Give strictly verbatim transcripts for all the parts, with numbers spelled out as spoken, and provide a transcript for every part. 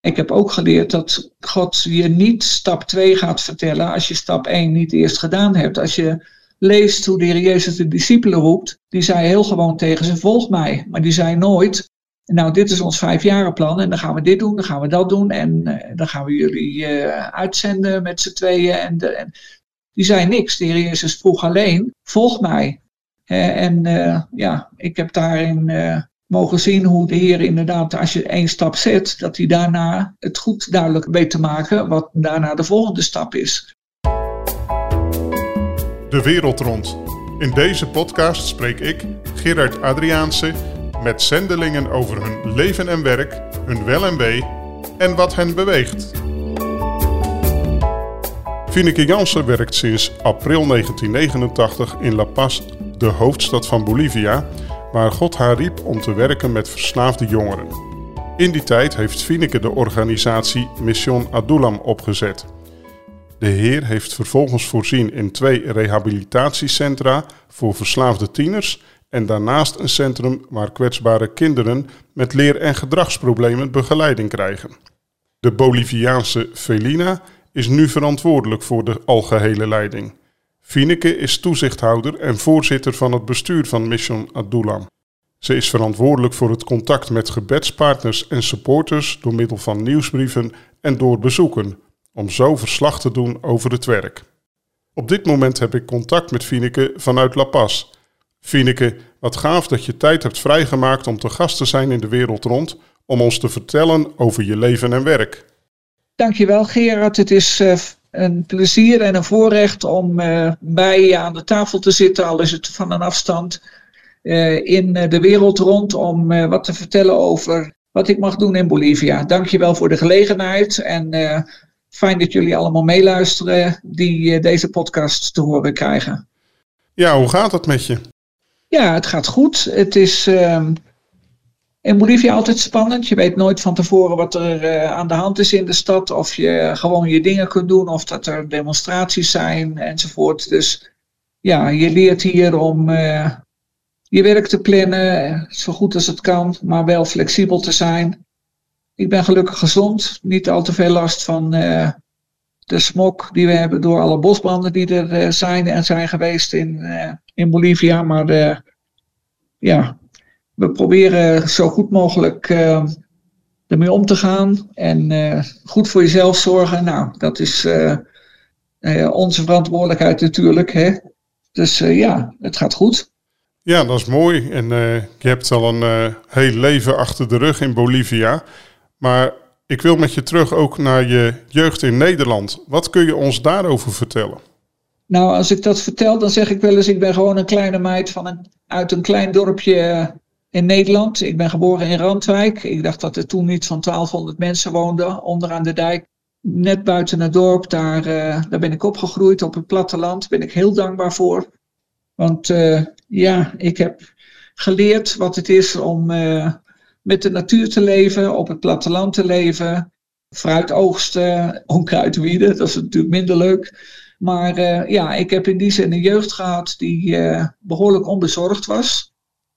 Ik heb ook geleerd dat God je niet stap twee gaat vertellen als je stap één niet eerst gedaan hebt. Als je leest hoe de Heer Jezus de discipelen roept, die zei heel gewoon tegen ze, volg mij. Maar die zei nooit, nou dit is ons vijfjarenplan en dan gaan we dit doen, dan gaan we dat doen en uh, dan gaan we jullie uh, uitzenden met z'n tweeën. En, de, en die zei niks. De Heer Jezus vroeg alleen, volg mij. Uh, en uh, ja, ik heb daarin uh, mogen zien hoe de Heer inderdaad, als je één stap zet, dat hij daarna het goed duidelijk weet te maken wat daarna de volgende stap is. De wereld rond. In deze podcast spreek ik, Gerard Adriaanse, met zendelingen over hun leven en werk, hun wel en wee en wat hen beweegt. Fineke Jansen werkt sinds april negentien negenentachtig in La Paz, de hoofdstad van Bolivia, waar God haar riep om te werken met verslaafde jongeren. In die tijd heeft Fineke de organisatie Mission Adulam opgezet. De Heer heeft vervolgens voorzien in twee rehabilitatiecentra voor verslaafde tieners en daarnaast een centrum waar kwetsbare kinderen met leer- en gedragsproblemen begeleiding krijgen. De Boliviaanse Felina is nu verantwoordelijk voor de algehele leiding. Fineke is toezichthouder en voorzitter van het bestuur van Mission Adulam. Ze is verantwoordelijk voor het contact met gebedspartners en supporters door middel van nieuwsbrieven en door bezoeken, om zo verslag te doen over het werk. Op dit moment heb ik contact met Fineke vanuit La Paz. Fineke, wat gaaf dat je tijd hebt vrijgemaakt om te gast te zijn in de wereld rond, om ons te vertellen over je leven en werk. Dankjewel Gerard, het is uh, een plezier en een voorrecht om uh, bij je aan de tafel te zitten, al is het van een afstand, uh, in uh, de wereld rond om uh, wat te vertellen over wat ik mag doen in Bolivia. Dankjewel voor de gelegenheid en uh, fijn dat jullie allemaal meeluisteren die uh, deze podcast te horen krijgen. Ja, hoe gaat het met je? Ja, het gaat goed. Het is uh, in Bolivia altijd spannend. Je weet nooit van tevoren wat er uh, aan de hand is in de stad. Of je gewoon je dingen kunt doen. Of dat er demonstraties zijn enzovoort. Dus ja, je leert hier om uh, je werk te plannen. Zo goed als het kan. Maar wel flexibel te zijn. Ik ben gelukkig gezond. Niet al te veel last van uh, de smog die we hebben door alle bosbranden die er uh, zijn en zijn geweest in, uh, in Bolivia. Maar uh, ja, we proberen zo goed mogelijk uh, ermee om te gaan. En uh, goed voor jezelf zorgen. Nou, dat is uh, uh, onze verantwoordelijkheid natuurlijk. Hè? Dus uh, ja, het gaat goed. Ja, dat is mooi. En uh, je hebt al een uh, heel leven achter de rug in Bolivia. Maar ik wil met je terug ook naar je jeugd in Nederland. Wat kun je ons daarover vertellen? Nou, als ik dat vertel, dan zeg ik wel eens, ik ben gewoon een kleine meid van een, uit een klein dorpje in Nederland. Ik ben geboren in Randwijk. Ik dacht dat er toen iets van twaalfhonderd mensen woonden, onderaan de dijk. Net buiten het dorp, daar, uh, daar ben ik opgegroeid op het platteland. Daar ben ik heel dankbaar voor. Want uh, ja, ik heb geleerd wat het is om uh, met de natuur te leven, op het platteland te leven. Fruit oogsten, onkruid wieden, dat is natuurlijk minder leuk. Maar uh, ja, ik heb in die zin een jeugd gehad die uh, behoorlijk onbezorgd was.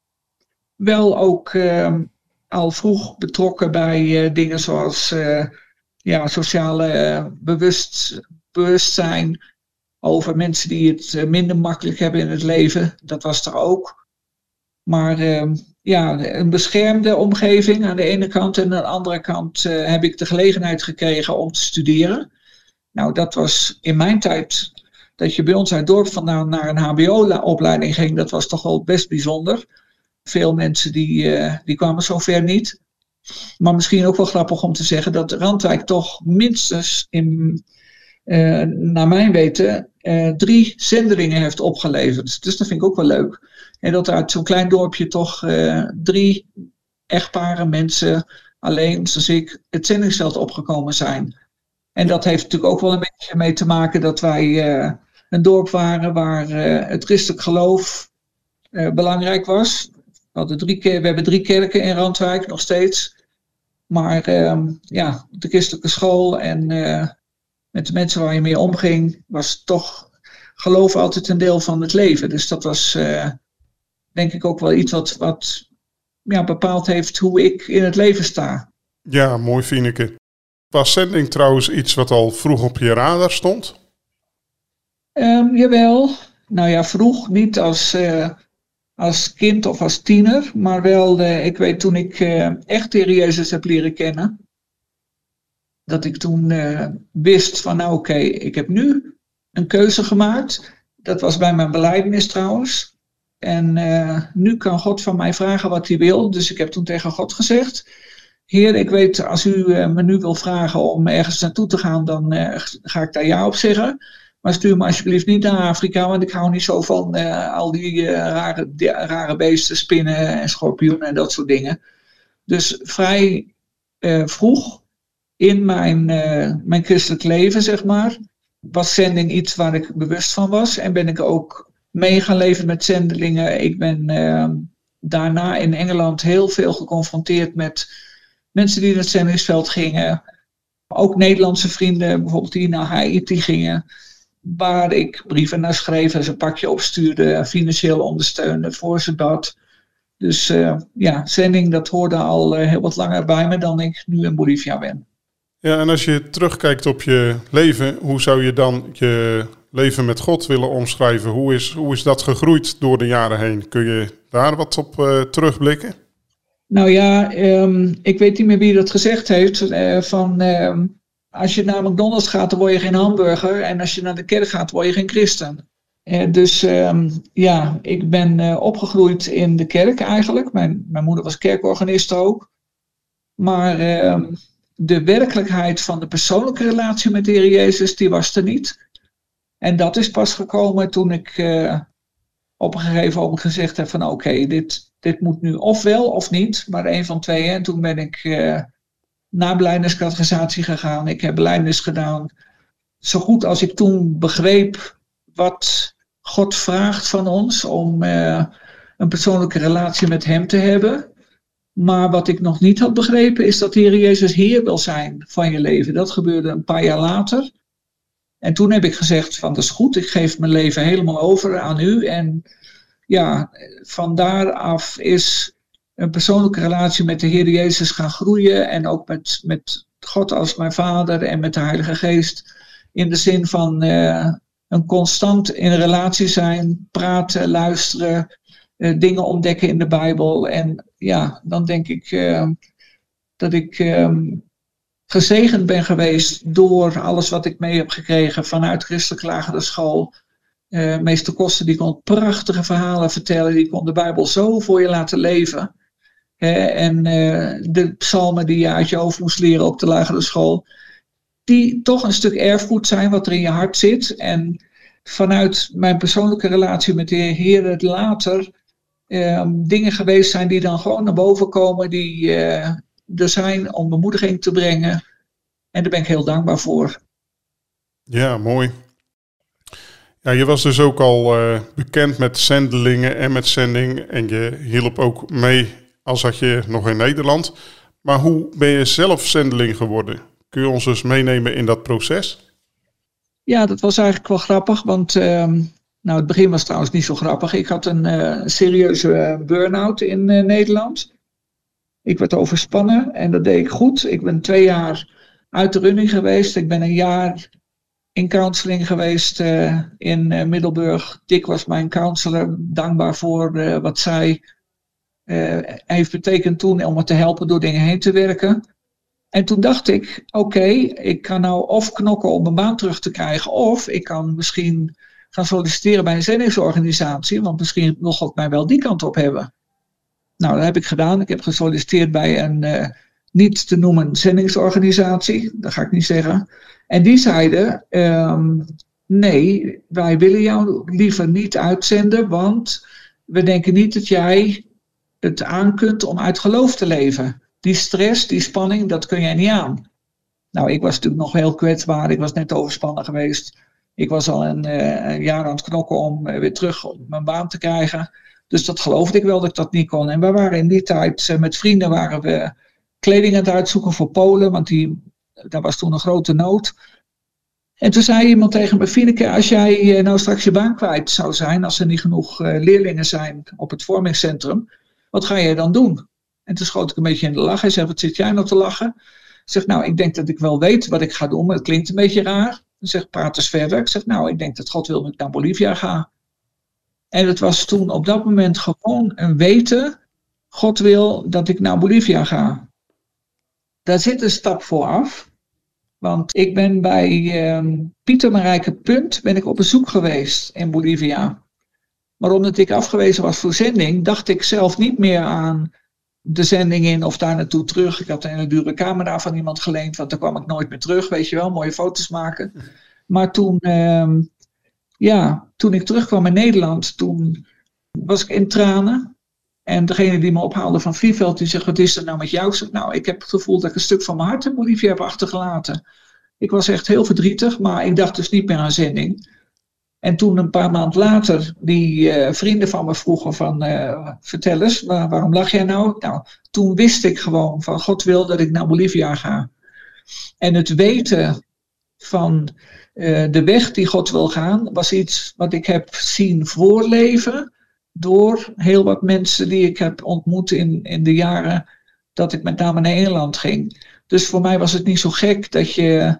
Wel ook uh, al vroeg betrokken bij uh, dingen zoals uh, ja, sociale uh, bewust, bewustzijn over mensen die het uh, minder makkelijk hebben in het leven. Dat was er ook. Maar uh, ja, een beschermde omgeving aan de ene kant en aan de andere kant uh, heb ik de gelegenheid gekregen om te studeren. Nou, dat was in mijn tijd dat je bij ons uit het dorp vandaan naar een H B O-opleiding ging. Dat was toch wel best bijzonder. Veel mensen die, uh, die kwamen zover niet. Maar misschien ook wel grappig om te zeggen dat Randwijk toch minstens in, uh, naar mijn weten, uh, drie zendelingen heeft opgeleverd. Dus dat vind ik ook wel leuk. En dat uit zo'n klein dorpje toch uh, drie echtparen mensen alleen, zoals ik, het zendingsveld opgekomen zijn. En dat heeft natuurlijk ook wel een beetje mee te maken dat wij uh, een dorp waren waar uh, het christelijk geloof uh, belangrijk was. We, hadden drie, we hebben drie kerken in Randwijk nog steeds. Maar uh, ja, de christelijke school en uh, met de mensen waar je mee omging, was toch geloof altijd een deel van het leven. Dus dat was uh, denk ik ook wel iets wat, wat ja, bepaald heeft hoe ik in het leven sta. Ja, mooi Fineke. Was zending trouwens iets wat al vroeg op je radar stond? Um, jawel. Nou ja, vroeg niet als, uh, als kind of als tiener. Maar wel, uh, ik weet toen ik uh, echt de Heer Jezus heb leren kennen. Dat ik toen uh, wist van nou oké, okay, ik heb nu een keuze gemaakt. Dat was bij mijn belijdenis trouwens. En uh, nu kan God van mij vragen wat hij wil. Dus ik heb toen tegen God gezegd: Heer, ik weet als u uh, me nu wil vragen om ergens naartoe te gaan, dan uh, ga ik daar ja op zeggen. Maar stuur me alsjeblieft niet naar Afrika, want ik hou niet zo van uh, al die uh, rare, die, rare beesten, spinnen en schorpioenen en dat soort dingen. Dus vrij uh, vroeg in mijn, uh, mijn christelijk leven, zeg maar, was zending iets waar ik bewust van was. En ben ik ook mee gaan leven met zendelingen. Ik ben uh, daarna in Engeland heel veel geconfronteerd met mensen die naar het zendingsveld gingen. Ook Nederlandse vrienden, bijvoorbeeld die naar Haiti gingen. Waar ik brieven naar schreef en ze een pakje opstuurde, financieel ondersteunde voor ze dat. Dus uh, ja, zending, dat hoorde al uh, heel wat langer bij me dan ik nu in Bolivia ben. Ja, en als je terugkijkt op je leven, hoe zou je dan je leven met God willen omschrijven? Hoe is, hoe is dat gegroeid door de jaren heen? Kun je daar wat op uh, terugblikken? Nou ja, um, ik weet niet meer wie dat gezegd heeft. Uh, van um, als je naar McDonald's gaat, dan word je geen hamburger. En als je naar de kerk gaat, word je geen christen. Uh, dus um, ja, ik ben uh, opgegroeid in de kerk eigenlijk. Mijn, mijn moeder was kerkorganist ook. Maar uh, de werkelijkheid van de persoonlijke relatie met de Heer Jezus, die was er niet. En dat is pas gekomen toen ik uh, op een gegeven moment gezegd heb van oké, okay, dit, dit moet nu of wel of niet, maar één van twee. En toen ben ik uh, naar belijdeniscatechisatie gegaan. Ik heb belijdenis gedaan. Zo goed als ik toen begreep wat God vraagt van ons om uh, een persoonlijke relatie met hem te hebben. Maar wat ik nog niet had begrepen is dat de Heer Jezus Heer wil zijn van je leven. Dat gebeurde een paar jaar later. En toen heb ik gezegd van dat is goed, ik geef mijn leven helemaal over aan u. En ja, van daaraf is een persoonlijke relatie met de Heer Jezus gaan groeien. En ook met, met God als mijn vader en met de Heilige Geest. In de zin van uh, een constant in relatie zijn, praten, luisteren, uh, dingen ontdekken in de Bijbel. En ja, dan denk ik uh, dat ik uh, gezegend ben geweest door alles wat ik mee heb gekregen vanuit christelijke lagere school. Uh, meester Koster die kon prachtige verhalen vertellen, die kon de Bijbel zo voor je laten leven. Hè, en uh, de psalmen die je uit je hoofd moest leren op de lagere school, die toch een stuk erfgoed zijn wat er in je hart zit. En vanuit mijn persoonlijke relatie met de Heer het later uh, dingen geweest zijn die dan gewoon naar boven komen, die uh, er zijn om bemoediging te brengen. En daar ben ik heel dankbaar voor. Ja, mooi. Ja, je was dus ook al uh, bekend met zendelingen en met zending. En je hielp ook mee als had je nog in Nederland. Maar hoe ben je zelf zendeling geworden? Kun je ons dus meenemen in dat proces? Ja, dat was eigenlijk wel grappig. Want uh, nou, het begin was trouwens niet zo grappig. Ik had een uh, serieuze uh, burn-out in uh, Nederland. Ik werd overspannen en dat deed ik goed. Ik ben twee jaar uit de running geweest. Ik ben een jaar in counseling geweest uh, in uh, Middelburg. Dick was mijn counselor. Dankbaar voor uh, wat zij uh, heeft betekend toen om me te helpen door dingen heen te werken. En toen dacht ik, oké, okay, ik kan nou of knokken om mijn baan terug te krijgen, of ik kan misschien gaan solliciteren bij een zendingsorganisatie, want misschien wil God mij wel die kant op hebben. Nou, dat heb ik gedaan. Ik heb gesolliciteerd bij een uh, niet te noemen zendingsorganisatie, dat ga ik niet zeggen. En die zeiden, um, nee, wij willen jou liever niet uitzenden, want we denken niet dat jij het aan kunt om uit geloof te leven. Die stress, die spanning, dat kun jij niet aan. Nou, ik was natuurlijk nog heel kwetsbaar. Ik was net overspannen geweest. Ik was al een, uh, een jaar aan het knokken om uh, weer terug op mijn baan te krijgen. Dus dat geloofde ik wel dat ik dat niet kon. En we waren in die tijd uh, met vrienden waren we kleding aan het uitzoeken voor Polen. Want die, daar was toen een grote nood. En toen zei iemand tegen me, Fieneke, als jij uh, nou straks je baan kwijt zou zijn, als er niet genoeg uh, leerlingen zijn op het vormingscentrum, wat ga jij dan doen? En toen schoot ik een beetje in de lach. Hij zei, wat zit jij nou te lachen? Ik zeg, nou, ik denk dat ik wel weet wat ik ga doen, maar het klinkt een beetje raar. Ik zeg, praat eens verder. Ik zeg, nou, ik denk dat God wil dat ik naar Bolivia ga. En het was toen op dat moment gewoon een weten, God wil dat ik naar Bolivia ga. Daar zit een stap voor af. Want ik ben bij uh, Pieter Marijke Punt ben ik op bezoek geweest in Bolivia. Maar omdat ik afgewezen was voor zending, dacht ik zelf niet meer aan de zending in of daar naartoe terug. Ik had een hele dure camera van iemand geleend, want daar kwam ik nooit meer terug, weet je wel, mooie foto's maken. Maar toen, uh, ja, toen ik terugkwam in Nederland, toen was ik in tranen. En degene die me ophaalde van Vlieveld, die zegt, wat is er nou met jou? Ik zeg, nou, ik heb het gevoel dat ik een stuk van mijn hart in Bolivia heb achtergelaten. Ik was echt heel verdrietig, maar ik dacht dus niet meer aan zending. En toen een paar maanden later, die uh, vrienden van me vroegen van, uh, vertel eens, waar, waarom lach jij nou? Nou, toen wist ik gewoon van, God wil dat ik naar Bolivia ga. En het weten van uh, de weg die God wil gaan, was iets wat ik heb zien voorleven door heel wat mensen die ik heb ontmoet in, in de jaren dat ik met name naar Nederland ging. Dus voor mij was het niet zo gek dat je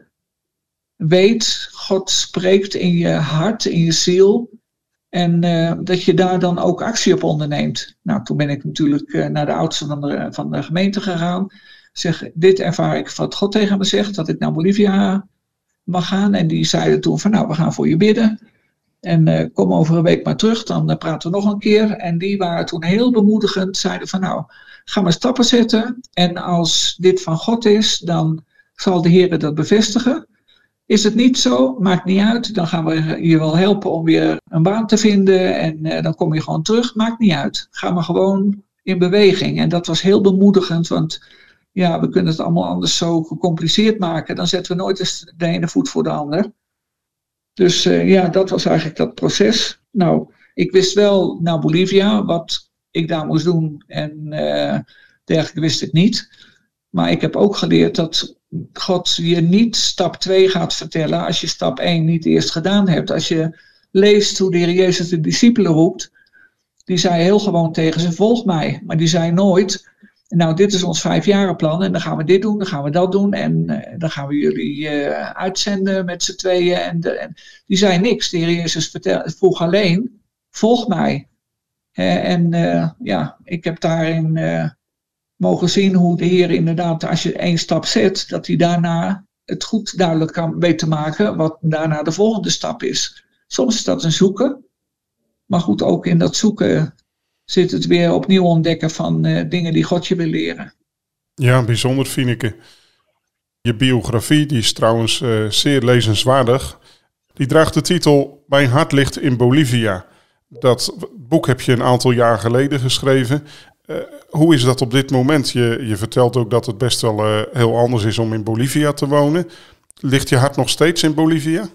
weet, God spreekt in je hart, in je ziel. En uh, dat je daar dan ook actie op onderneemt. Nou, toen ben ik natuurlijk uh, naar de oudste van de, van de gemeente gegaan. Zeg, dit ervaar ik wat God tegen me zegt, dat ik naar Bolivia mag gaan. En die zeiden toen van, nou, we gaan voor je bidden. En uh, kom over een week maar terug, dan uh, praten we nog een keer. En die waren toen heel bemoedigend, zeiden van, nou, ga maar stappen zetten. En als dit van God is, dan zal de Heer dat bevestigen. Is het niet zo, maakt niet uit. Dan gaan we je wel helpen om weer een baan te vinden. En uh, dan kom je gewoon terug, maakt niet uit. Ga maar gewoon in beweging. En dat was heel bemoedigend, want ja, we kunnen het allemaal anders zo gecompliceerd maken. Dan zetten we nooit eens de ene voet voor de ander. Dus uh, ja, dat was eigenlijk dat proces. Nou, ik wist wel naar Bolivia wat ik daar moest doen en uh, dergelijke wist ik niet. Maar ik heb ook geleerd dat God je niet stap twee gaat vertellen als je stap één niet eerst gedaan hebt. Als je leest hoe de Heer Jezus de discipelen roept, die zei heel gewoon tegen ze, volg mij. Maar die zei nooit, nou dit is ons vijfjarenplan en dan gaan we dit doen, dan gaan we dat doen en uh, dan gaan we jullie uh, uitzenden met z'n tweeën. En, de, en die zei niks. De Heer Jezus vertel, vroeg alleen, volg mij. Uh, en uh, ja, ik heb daarin uh, mogen zien hoe de Heer inderdaad, als je één stap zet, dat hij daarna het goed duidelijk kan weten maken wat daarna de volgende stap is. Soms is dat een zoeken, maar goed, ook in dat zoeken zit het weer opnieuw ontdekken van uh, dingen die God je wil leren. Ja, bijzonder, Fieneke. Je biografie, die is trouwens uh, zeer lezenswaardig. Die draagt de titel Mijn hart ligt in Bolivia. Dat boek heb je een aantal jaar geleden geschreven. Uh, hoe is dat op dit moment? Je, je vertelt ook dat het best wel uh, heel anders is om in Bolivia te wonen. Ligt je hart nog steeds in Bolivia?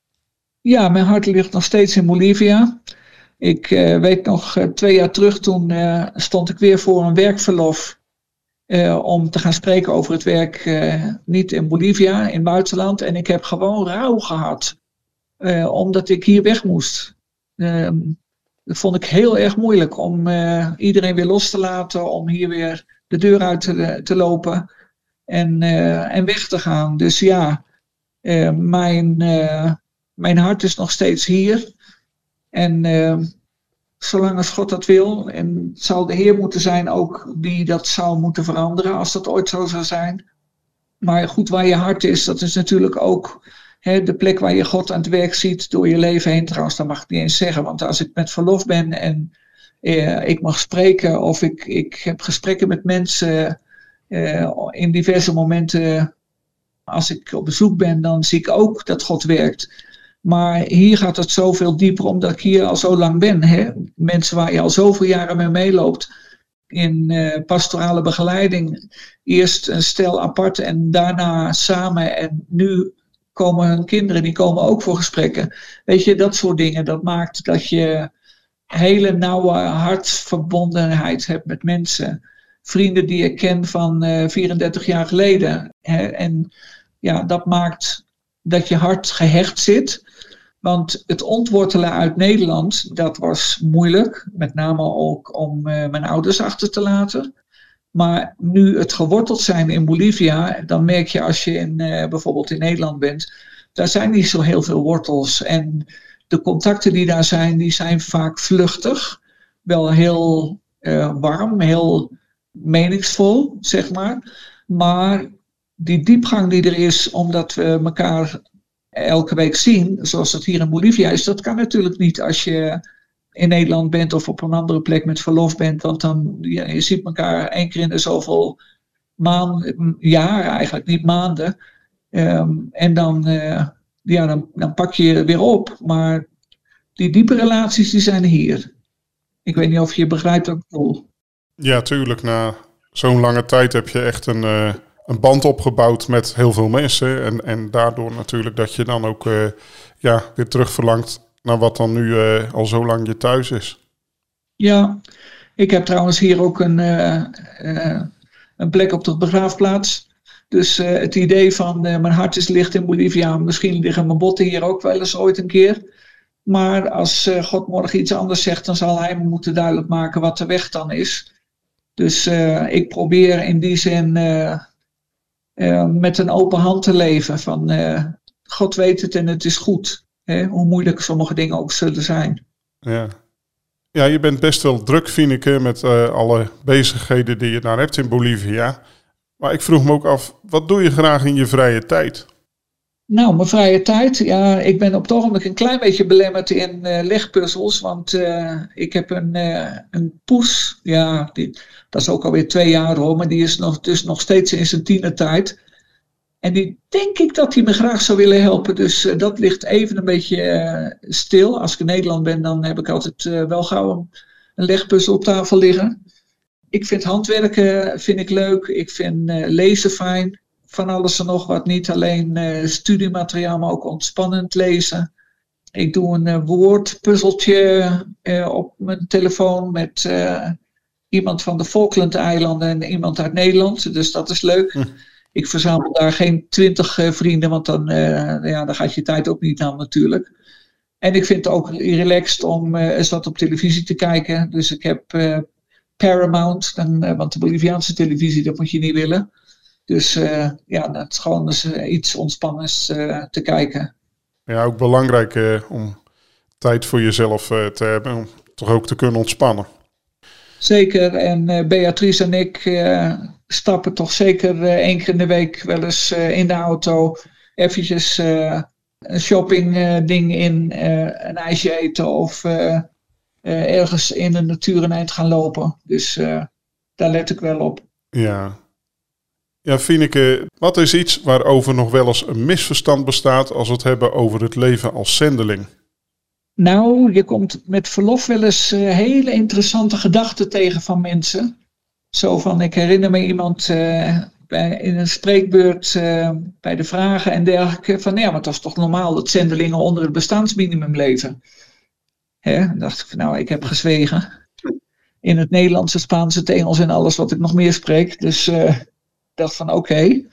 Ja, mijn hart ligt nog steeds in Bolivia. Ik uh, weet nog, uh, twee jaar terug toen uh, stond ik weer voor een werkverlof uh, om te gaan spreken over het werk uh, niet in Bolivia, in het buitenland. En ik heb gewoon rouw gehad, uh, omdat ik hier weg moest. Uh, dat vond ik heel erg moeilijk om uh, iedereen weer los te laten, om hier weer de deur uit te, te lopen en, uh, en weg te gaan. Dus ja, uh, mijn, uh, mijn hart is nog steeds hier. En uh, zolang als God dat wil, en het zal de Heer moeten zijn ook die dat zou moeten veranderen, als dat ooit zo zou zijn. Maar goed, waar je hart is, dat is natuurlijk ook he, de plek waar je God aan het werk ziet door je leven heen. Trouwens, dat mag ik niet eens zeggen, want als ik met verlof ben en uh, ik mag spreken of ik, ik heb gesprekken met mensen uh, in diverse momenten, als ik op bezoek ben, dan zie ik ook dat God werkt. Maar hier gaat het zoveel dieper, omdat ik hier al zo lang ben. Hè? Mensen waar je al zoveel jaren mee meeloopt in uh, pastorale begeleiding. Eerst een stel apart en daarna samen. En nu komen hun kinderen, die komen ook voor gesprekken. Weet je, dat soort dingen. Dat maakt dat je hele nauwe hartverbondenheid hebt met mensen. Vrienden die ik ken van uh, vierendertig jaar geleden. Hè? En ja, dat maakt dat je hart gehecht zit. Want het ontwortelen uit Nederland, dat was moeilijk. Met name ook om uh, mijn ouders achter te laten. Maar nu het geworteld zijn in Bolivia, dan merk je als je in, uh, bijvoorbeeld in Nederland bent, daar zijn niet zo heel veel wortels. En de contacten die daar zijn, die zijn vaak vluchtig. Wel heel uh, warm, heel meningsvol, zeg maar. Maar die diepgang die er is, omdat we elkaar elke week zien, zoals dat hier in Bolivia is, dat kan natuurlijk niet als je in Nederland bent of op een andere plek met verlof bent. Want dan, ja, je ziet elkaar één keer in de zoveel maanden, jaren eigenlijk, niet maanden. Um, en dan, uh, ja, dan, dan pak je je weer op. Maar die diepe relaties, die zijn hier. Ik weet niet of je begrijpt wat ik bedoel. Ja, tuurlijk. Na zo'n lange tijd heb je echt een, uh, een band opgebouwd met heel veel mensen. En, en daardoor natuurlijk dat je dan ook uh, ja, weer terug verlangt naar wat dan nu uh, al zo lang je thuis is. Ja, ik heb trouwens hier ook een, uh, uh, een plek op de begraafplaats. Dus uh, het idee van uh, mijn hart is licht in Bolivia. Misschien liggen mijn botten hier ook wel eens ooit een keer. Maar als uh, God morgen iets anders zegt, dan zal hij me moeten duidelijk maken wat de weg dan is. Dus uh, ik probeer in die zin uh, uh, met een open hand te leven. Van uh, God weet het en het is goed. Hè? Hoe moeilijk sommige dingen ook zullen zijn. Ja, ja, je bent best wel druk, Fieneke, met uh, alle bezigheden die je daar hebt in Bolivia. Maar ik vroeg me ook af, wat doe je graag in je vrije tijd? Nou, mijn vrije tijd, ja, ik ben op het ogenblik een klein beetje belemmerd in uh, legpuzzels, want uh, ik heb een, uh, een poes, ja, die, dat is ook alweer twee jaar hoor, maar die is nog, dus nog steeds in zijn tienertijd. En die denk ik dat hij me graag zou willen helpen, dus uh, dat ligt even een beetje uh, stil. Als ik in Nederland ben, dan heb ik altijd uh, wel gauw een, een legpuzzel op tafel liggen. Ik vind handwerken vind ik leuk, ik vind uh, lezen fijn. Van alles en nog wat, niet alleen uh, studiemateriaal, maar ook ontspannend lezen. Ik doe een uh, woordpuzzeltje uh, op mijn telefoon met uh, iemand van de Falklandeilanden en iemand uit Nederland. Dus dat is leuk. Hm. Ik verzamel daar geen twintig uh, vrienden, want dan, uh, ja, dan gaat je tijd ook niet aan natuurlijk. En ik vind het ook relaxed om uh, eens wat op televisie te kijken. Dus ik heb uh, Paramount, dan, uh, want de Boliviaanse televisie, dat moet je niet willen. Dus uh, ja, dat is gewoon eens, uh, iets ontspannends uh, te kijken. Ja, ook belangrijk uh, om tijd voor jezelf uh, te hebben, om toch ook te kunnen ontspannen. Zeker, en uh, Beatrice en ik uh, stappen toch zeker uh, één keer in de week wel eens uh, in de auto. Eventjes uh, een shopping uh, ding in, uh, een ijsje eten of uh, uh, ergens in de natuur een eind gaan lopen. Dus uh, daar let ik wel op. Ja. Ja, Fieneke, wat is iets waarover nog wel eens een misverstand bestaat als we het hebben over het leven als zendeling? Nou, je komt met verlof wel eens uh, hele interessante gedachten tegen van mensen. Zo van, ik herinner me iemand uh, bij, in een spreekbeurt uh, bij de vragen en dergelijke. Van ja, maar het was toch normaal dat zendelingen onder het bestaansminimum leven. Hè? Dan dacht ik van, nou, ik heb gezwegen. In het Nederlands, het Spaans, het Engels en alles wat ik nog meer spreek. Dus uh, ik dacht van, oké. Okay.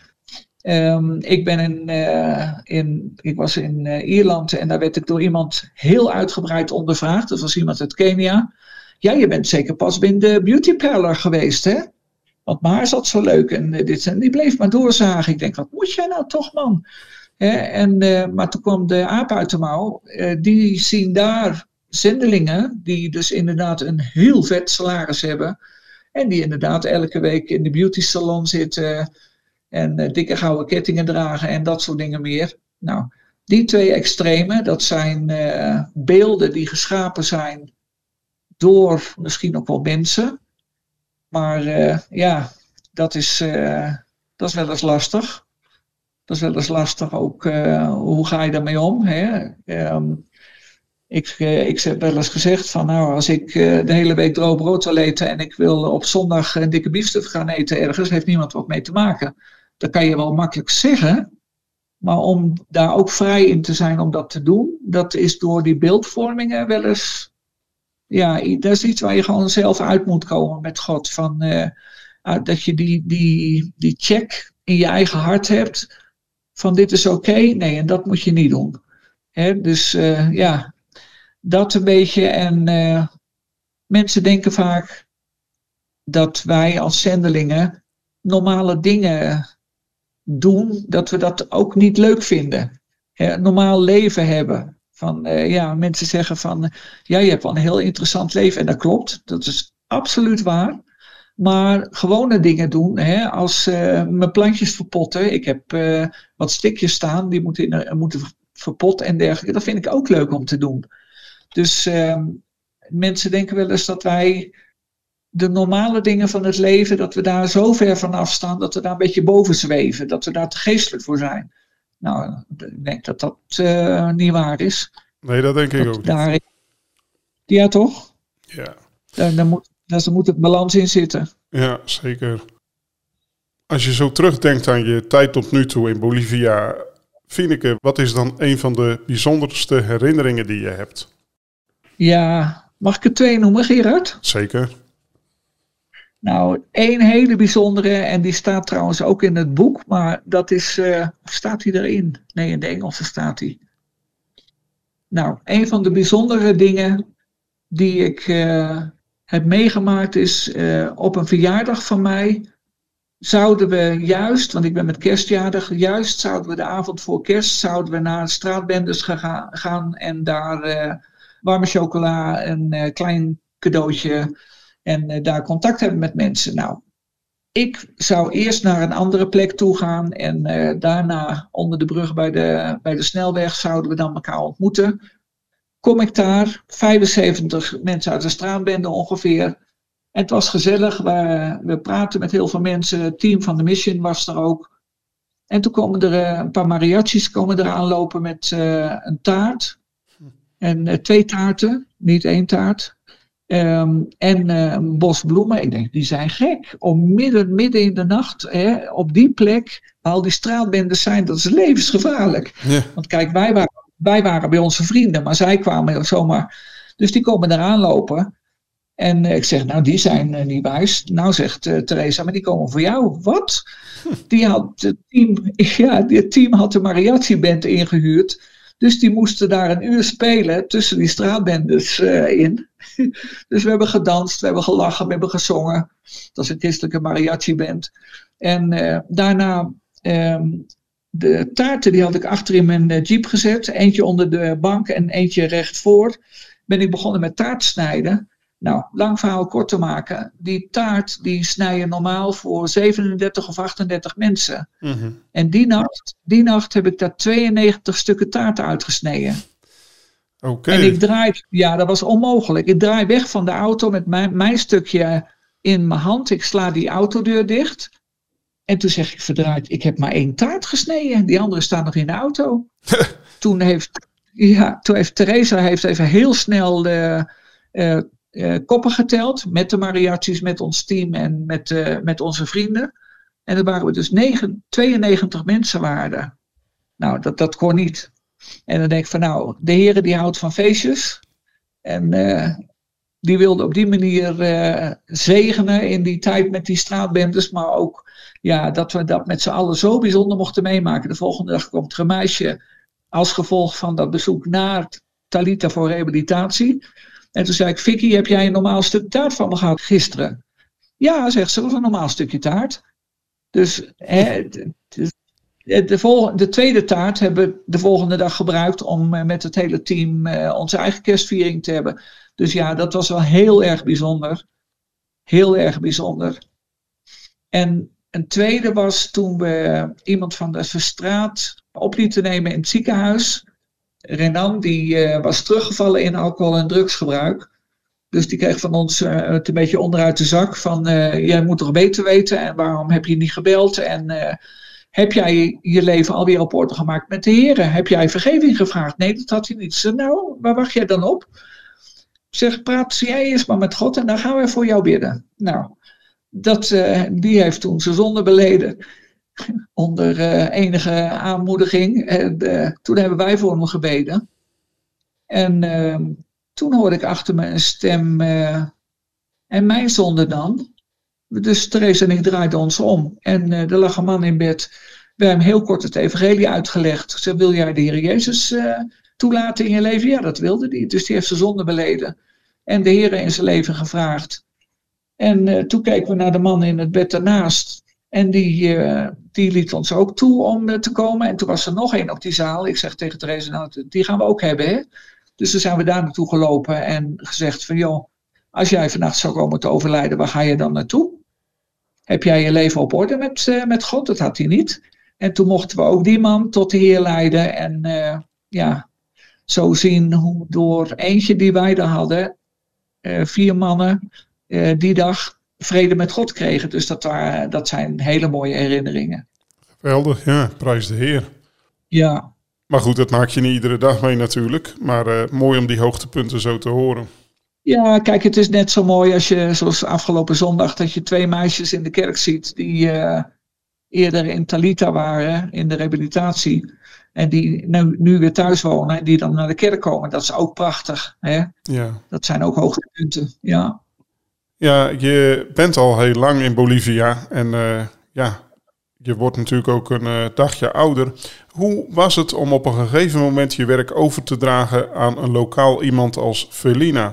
Um, ik, ben in, uh, in, ik was in uh, Ierland en daar werd ik door iemand heel uitgebreid ondervraagd. Dat was iemand uit Kenia. Ja, je bent zeker pas in de beauty parlor geweest, hè? Want mijn haar zat zo leuk en uh, dit en die bleef maar doorzagen. Ik denk, wat moet jij nou toch, man? Hè? En, uh, maar toen kwam de aap uit de mouw. Uh, die zien daar zendelingen die dus inderdaad een heel vet salaris hebben. En die inderdaad elke week in de beauty salon zitten. En uh, dikke gouden kettingen dragen en dat soort dingen meer. Nou, die twee extremen, dat zijn uh, beelden die geschapen zijn door misschien ook wel mensen. Maar uh, ja, dat is, uh, dat is wel eens lastig. Dat is wel eens lastig ook, uh, hoe ga je daarmee om? Hè? Um, ik, uh, ik heb wel eens gezegd van nou, als ik uh, de hele week droog brood wil eten en ik wil op zondag een dikke biefstuk gaan eten ergens, heeft niemand wat mee te maken. Dat kan je wel makkelijk zeggen, maar om daar ook vrij in te zijn om dat te doen, dat is door die beeldvormingen wel eens, ja, dat is iets waar je gewoon zelf uit moet komen met God. Van, uh, dat je die, die, die check in je eigen hart hebt, van dit is oké, okay, nee, en dat moet je niet doen. Hè, dus uh, ja, dat een beetje en uh, mensen denken vaak, dat wij als zendelingen normale dingen doen, dat we dat ook niet leuk vinden. He, een normaal leven hebben. Van, uh, ja, mensen zeggen van, uh, ja, je hebt wel een heel interessant leven. En dat klopt, dat is absoluut waar. Maar gewone dingen doen, hè, als uh, mijn plantjes verpotten. Ik heb uh, wat stikjes staan, die moeten, in, uh, moeten verpotten en dergelijke. Dat vind ik ook leuk om te doen. Dus uh, mensen denken wel eens dat wij de normale dingen van het leven, dat we daar zo ver van afstaan, dat we daar een beetje boven zweven. Dat we daar te geestelijk voor zijn. Nou, ik denk dat dat uh, niet waar is. Nee, dat denk ik dat ook daar... niet. Ja, toch? Ja. Daar, daar, moet, daar moet het balans in zitten. Ja, zeker. Als je zo terugdenkt aan je tijd tot nu toe in Bolivia, Fieneke, wat is dan een van de bijzonderste herinneringen die je hebt? Ja, mag ik er twee noemen, Gerard? Zeker. Nou, één hele bijzondere, en die staat trouwens ook in het boek, maar dat is, uh, staat die erin? Nee, in de Engelse staat die. Nou, een van de bijzondere dingen die ik uh, heb meegemaakt is, uh, op een verjaardag van mij zouden we juist, want ik ben met kerstjarig, juist zouden we de avond voor kerst, zouden we naar straatbendes ga, gaan en daar uh, warme chocola, een uh, klein cadeautje en uh, daar contact hebben met mensen. Nou, ik zou eerst naar een andere plek toe gaan en uh, daarna onder de brug bij de, bij de snelweg zouden we dan elkaar ontmoeten. Kom ik daar, vijfenzeventig mensen uit de straatbende ongeveer. En het was gezellig, we, we praten met heel veel mensen, het team van de Mission was er ook. En toen komen er uh, een paar mariachis komen er aanlopen met uh, een taart. En uh, twee taarten, niet één taart. Um, en uh, een bos bloemen. Ik denk, die zijn gek. Om midden, midden in de nacht, hè, op die plek, waar al die straatbendes zijn, dat is levensgevaarlijk. Ja. Want kijk, wij waren, wij waren bij onze vrienden, maar zij kwamen zomaar. Dus die komen eraan lopen. En uh, ik zeg, nou, die zijn uh, niet wijs. Nou, zegt uh, Theresa, maar die komen voor jou. Wat? Die had het team, ja, het team had de mariachi-band ingehuurd. Dus die moesten daar een uur spelen tussen die straatbendes uh, in. Dus we hebben gedanst, we hebben gelachen, we hebben gezongen. Dat is een christelijke mariachi-band. En uh, daarna, um, de taarten die had ik achter in mijn uh, jeep gezet. Eentje onder de bank en eentje recht voor. Ben ik begonnen met taart snijden. Nou, lang verhaal kort te maken. Die taart die snijden normaal voor zevenendertig of achtendertig mensen. Mm-hmm. En die nacht, die nacht heb ik daar tweeënnegentig stukken taart uitgesneden. Oké. Okay. En ik draai, ja, dat was onmogelijk. Ik draai weg van de auto met mijn, mijn stukje in mijn hand. Ik sla die autodeur dicht. En toen zeg ik verdraaid, ik heb maar één taart gesneden. Die andere staat nog in de auto. toen, heeft, ja, toen heeft Theresa heeft even heel snel de... Uh, Uh, koppen geteld met de mariachis, met ons team en met, uh, met onze vrienden. En er waren we dus negen, tweeënnegentig mensen waren. Nou, dat, dat kon niet. En dan denk ik van nou, de heren die houdt van feestjes. En uh, die wilde op die manier uh, zegenen in die tijd met die straatbendes. Maar ook ja, dat we dat met z'n allen zo bijzonder mochten meemaken. De volgende dag komt er een meisje als gevolg van dat bezoek naar Talita voor rehabilitatie. En toen zei ik, Vicky, heb jij een normaal stuk taart van me gehad gisteren? Ja, zegt ze, dat was een normaal stukje taart. Dus hè, de, de, de, volgende, de tweede taart hebben we de volgende dag gebruikt om uh, met het hele team uh, onze eigen kerstviering te hebben. Dus ja, dat was wel heel erg bijzonder. Heel erg bijzonder. En een tweede was toen we iemand van de Verstraat op lieten nemen in het ziekenhuis. Renan, die uh, was teruggevallen in alcohol- en drugsgebruik. Dus die kreeg van ons uh, het een beetje onderuit de zak. Van, uh, jij moet toch beter weten en waarom heb je niet gebeld? En uh, heb jij je leven alweer op orde gemaakt met de heren? Heb jij vergeving gevraagd? Nee, dat had hij niet. Ze, nou, waar wacht jij dan op? Ik zeg, praat jij eerst maar met God en dan gaan we voor jou bidden. Nou, dat, uh, die heeft toen zijn zonde beleden. Onder uh, enige aanmoediging. En, uh, toen hebben wij voor hem gebeden. En uh, toen hoorde ik achter me een stem. Uh, en mijn zonde dan? Dus Theresa en ik draaiden ons om. En uh, er lag een man in bed. We hebben hem heel kort het evangelie uitgelegd. Ze wil jij de Heer Jezus uh, toelaten in je leven? Ja, dat wilde hij. Dus die heeft zijn zonde beleden. En de Heer in zijn leven gevraagd. En uh, toen keken we naar de man in het bed ernaast. En die, uh, die liet ons ook toe om uh, te komen. En toen was er nog één op die zaal. Ik zeg tegen Therese, nou, die gaan we ook hebben, hè. Dus toen zijn we daar naartoe gelopen en gezegd van, joh, als jij vannacht zou komen te overlijden, waar ga je dan naartoe? Heb jij je leven op orde met, uh, met God? Dat had hij niet. En toen mochten we ook die man tot de Heer leiden. En uh, ja, zo zien hoe door eentje die wij daar hadden, uh, vier mannen uh, die dag vrede met God kregen. Dus dat, waren, dat zijn hele mooie herinneringen. Geweldig, ja, prijs de Heer. Ja. Maar goed, dat maak je niet iedere dag mee natuurlijk. Maar uh, mooi om die hoogtepunten zo te horen. Ja, kijk, het is net zo mooi als je, zoals afgelopen zondag, dat je twee meisjes in de kerk ziet die uh, eerder in Talita waren, in de rehabilitatie. En die nu, nu weer thuis wonen en die dan naar de kerk komen. Dat is ook prachtig. Hè? Ja. Dat zijn ook hoogtepunten, ja. Ja, je bent al heel lang in Bolivia en uh, ja, je wordt natuurlijk ook een uh, dagje ouder. Hoe was het om op een gegeven moment je werk over te dragen aan een lokaal iemand als Felina?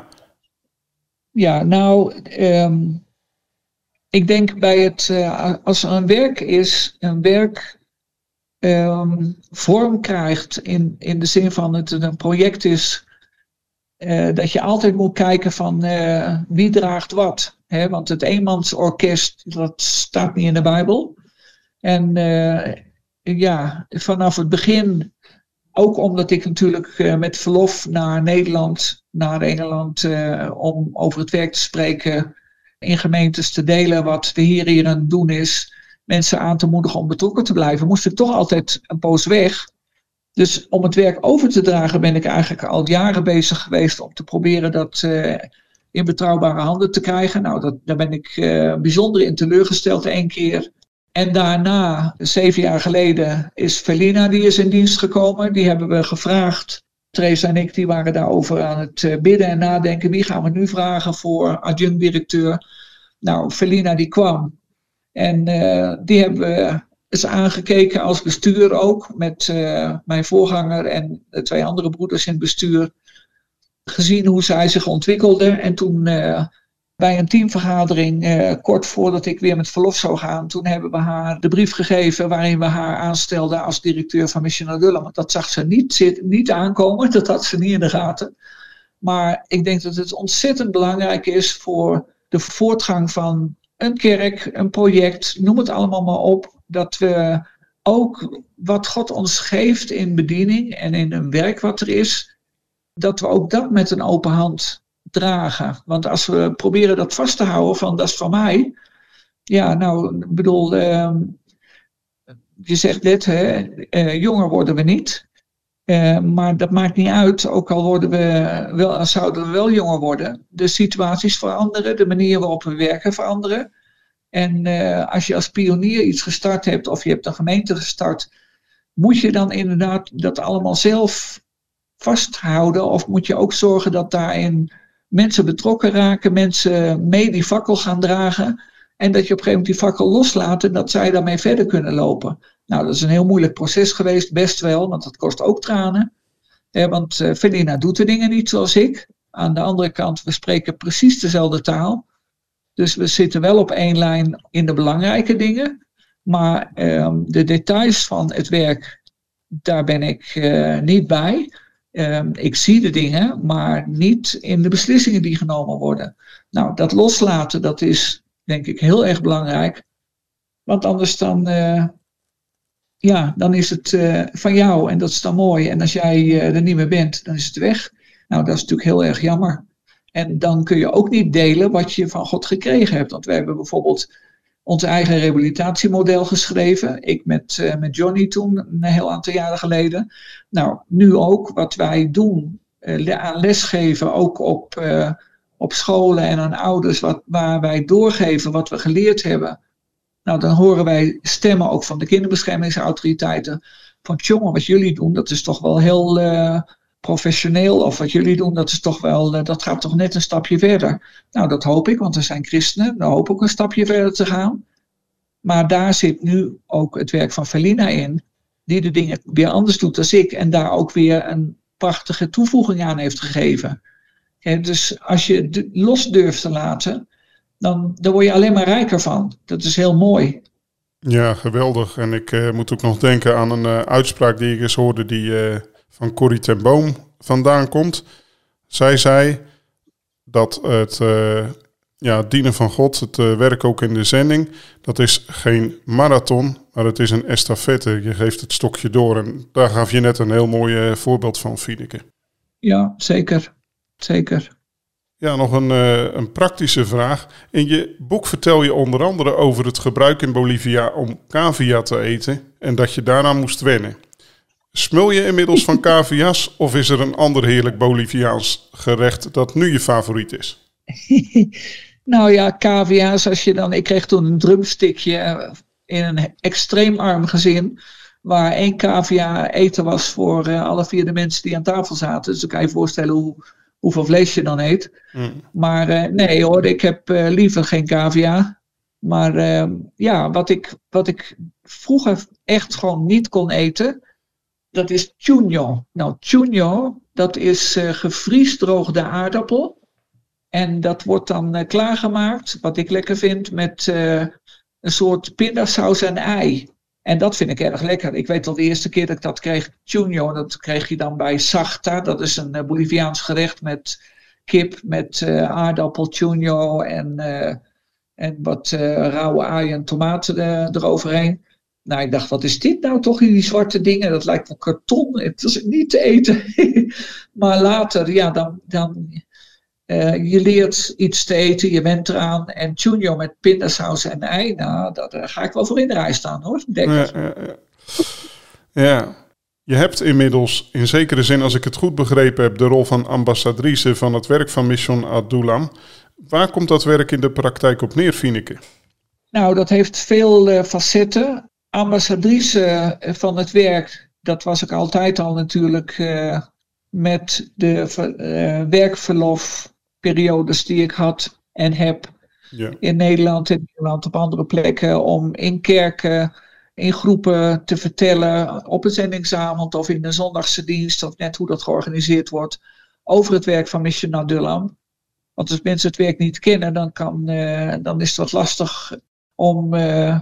Ja, nou, um, ik denk bij het, uh, als er een werk is, een werk um, vorm krijgt in, in de zin van het een project is, uh, dat je altijd moet kijken van uh, wie draagt wat. Hè? Want het eenmansorkest, dat staat niet in de Bijbel. En uh, ja, vanaf het begin, ook omdat ik natuurlijk uh, met verlof naar Nederland, naar Engeland, uh, om over het werk te spreken, in gemeentes te delen wat de Heer hier aan het doen is, mensen aan te moedigen om betrokken te blijven, moest ik toch altijd een poos weg. Dus om het werk over te dragen ben ik eigenlijk al jaren bezig geweest om te proberen dat uh, in betrouwbare handen te krijgen. Nou, dat, daar ben ik uh, bijzonder in teleurgesteld één keer. En daarna, zeven jaar geleden, is Felina, die is in dienst gekomen. Die hebben we gevraagd. Therese en ik die waren daarover aan het bidden en nadenken. Wie gaan we nu vragen voor adjunct-directeur? Nou, Felina die kwam. En uh, die hebben we eens aangekeken als bestuur ook. Met uh, mijn voorganger en de twee andere broeders in het bestuur. Gezien hoe zij zich ontwikkelde. En toen uh, bij een teamvergadering, uh, kort voordat ik weer met verlof zou gaan. Toen hebben we haar de brief gegeven waarin we haar aanstelden als directeur van Mission Adullam. Want dat zag ze niet, zit, niet aankomen, dat had ze niet in de gaten. Maar ik denk dat het ontzettend belangrijk is voor de voortgang van een kerk, een project, noem het allemaal maar op. Dat we ook wat God ons geeft in bediening en in een werk wat er is, dat we ook dat met een open hand dragen. Want als we proberen dat vast te houden van dat is van mij. Ja, nou, ik bedoel, uh, je zegt net, hè, uh, jonger worden we niet. Uh, maar dat maakt niet uit, ook al worden we wel, zouden we wel jonger worden. De situaties veranderen, de manier waarop we werken veranderen. En uh, als je als pionier iets gestart hebt of je hebt een gemeente gestart, moet je dan inderdaad dat allemaal zelf vasthouden? Of moet je ook zorgen dat daarin mensen betrokken raken, mensen mee die fakkel gaan dragen en dat je op een gegeven moment die fakkel loslaat en dat zij daarmee verder kunnen lopen? Nou, dat is een heel moeilijk proces geweest, best wel, want dat kost ook tranen. Eh, want uh, Felina doet de dingen niet zoals ik. Aan de andere kant, we spreken precies dezelfde taal. Dus we zitten wel op één lijn in de belangrijke dingen. Maar uh, de details van het werk, daar ben ik uh, niet bij. Uh, ik zie de dingen, maar niet in de beslissingen die genomen worden. Nou, dat loslaten, dat is denk ik heel erg belangrijk. Want anders dan, uh, ja, dan is het uh, van jou en dat is dan mooi. En als jij uh, er niet meer bent, dan is het weg. Nou, dat is natuurlijk heel erg jammer. En dan kun je ook niet delen wat je van God gekregen hebt. Want wij hebben bijvoorbeeld ons eigen rehabilitatiemodel geschreven. Ik met, uh, met Johnny toen, een heel aantal jaren geleden. Nou, nu ook wat wij doen, uh, aan lesgeven, ook op, uh, op scholen en aan ouders, wat, waar wij doorgeven wat we geleerd hebben. Nou, dan horen wij stemmen ook van de kinderbeschermingsautoriteiten. Van jongen, wat jullie doen, dat is toch wel heel uh, professioneel. Of wat jullie doen, dat is toch wel, uh, dat gaat toch net een stapje verder. Nou, dat hoop ik, want we zijn christenen. Dan hoop ik een stapje verder te gaan. Maar daar zit nu ook het werk van Felina in. Die de dingen weer anders doet dan ik. En daar ook weer een prachtige toevoeging aan heeft gegeven. Ja, dus als je los durft te laten, dan, dan word je alleen maar rijker van. Dat is heel mooi. Ja, geweldig. En ik uh, moet ook nog denken aan een uh, uitspraak die ik eens hoorde die uh, van Corrie ten Boom vandaan komt. Zij zei dat het uh, ja, het dienen van God, het uh, werk ook in de zending, dat is geen marathon, maar het is een estafette. Je geeft het stokje door en daar gaf je net een heel mooi uh, voorbeeld van, Fieneke. Ja, zeker. Zeker. Ja, nog een, uh, een praktische vraag. In je boek vertel je onder andere over het gebruik in Bolivia om cavia te eten en dat je daaraan moest wennen. Smul je inmiddels van cavia's of is er een ander heerlijk Boliviaans gerecht dat nu je favoriet is? Nou ja, cavia's, als je dan... Ik kreeg toen een drumstickje in een extreem arm gezin, waar één cavia eten was voor uh, alle vier de mensen die aan tafel zaten. Dus dan kan je je voorstellen hoe, hoeveel vlees je dan eet. Mm. Maar uh, nee hoor, ik heb uh, liever geen cavia. Maar uh, ja, wat ik, wat ik vroeger echt gewoon niet kon eten, dat is chuño. Nou, chuño, dat is uh, gevriesdroogde aardappel. En dat wordt dan uh, klaargemaakt, wat ik lekker vind, met uh, een soort pindasaus en ei. En dat vind ik erg lekker. Ik weet al de eerste keer dat ik dat kreeg, chuño, dat kreeg je dan bij Sarta. Dat is een uh, Boliviaans gerecht met kip, met uh, aardappel, chuño en, uh, en wat uh, rauwe aai en tomaten uh, eroverheen. Nou, ik dacht, wat is dit nou toch in die zwarte dingen? Dat lijkt wel karton, het is niet te eten. Maar later, ja, dan... dan Uh, je leert iets te eten, je went eraan. En chuño met pindasaus en ei, nou, daar uh, ga ik wel voor in de rij staan hoor. Denk ja, ja, ja. ja, je hebt inmiddels in zekere zin, als ik het goed begrepen heb, de rol van ambassadrice van het werk van Mission Adulam. Waar komt dat werk in de praktijk op neer, Fieneke? Nou, dat heeft veel uh, facetten. Ambassadrice van het werk, dat was ik altijd al natuurlijk uh, met de uh, werkverlof. Periodes die ik had en heb ja. in Nederland en Nederland op andere plekken, om in kerken, in groepen te vertellen, op een zendingsavond of in de zondagse dienst, of net hoe dat georganiseerd wordt, over het werk van Mission Adulam. Want als mensen het werk niet kennen, dan, kan, uh, dan is het wat lastig om uh,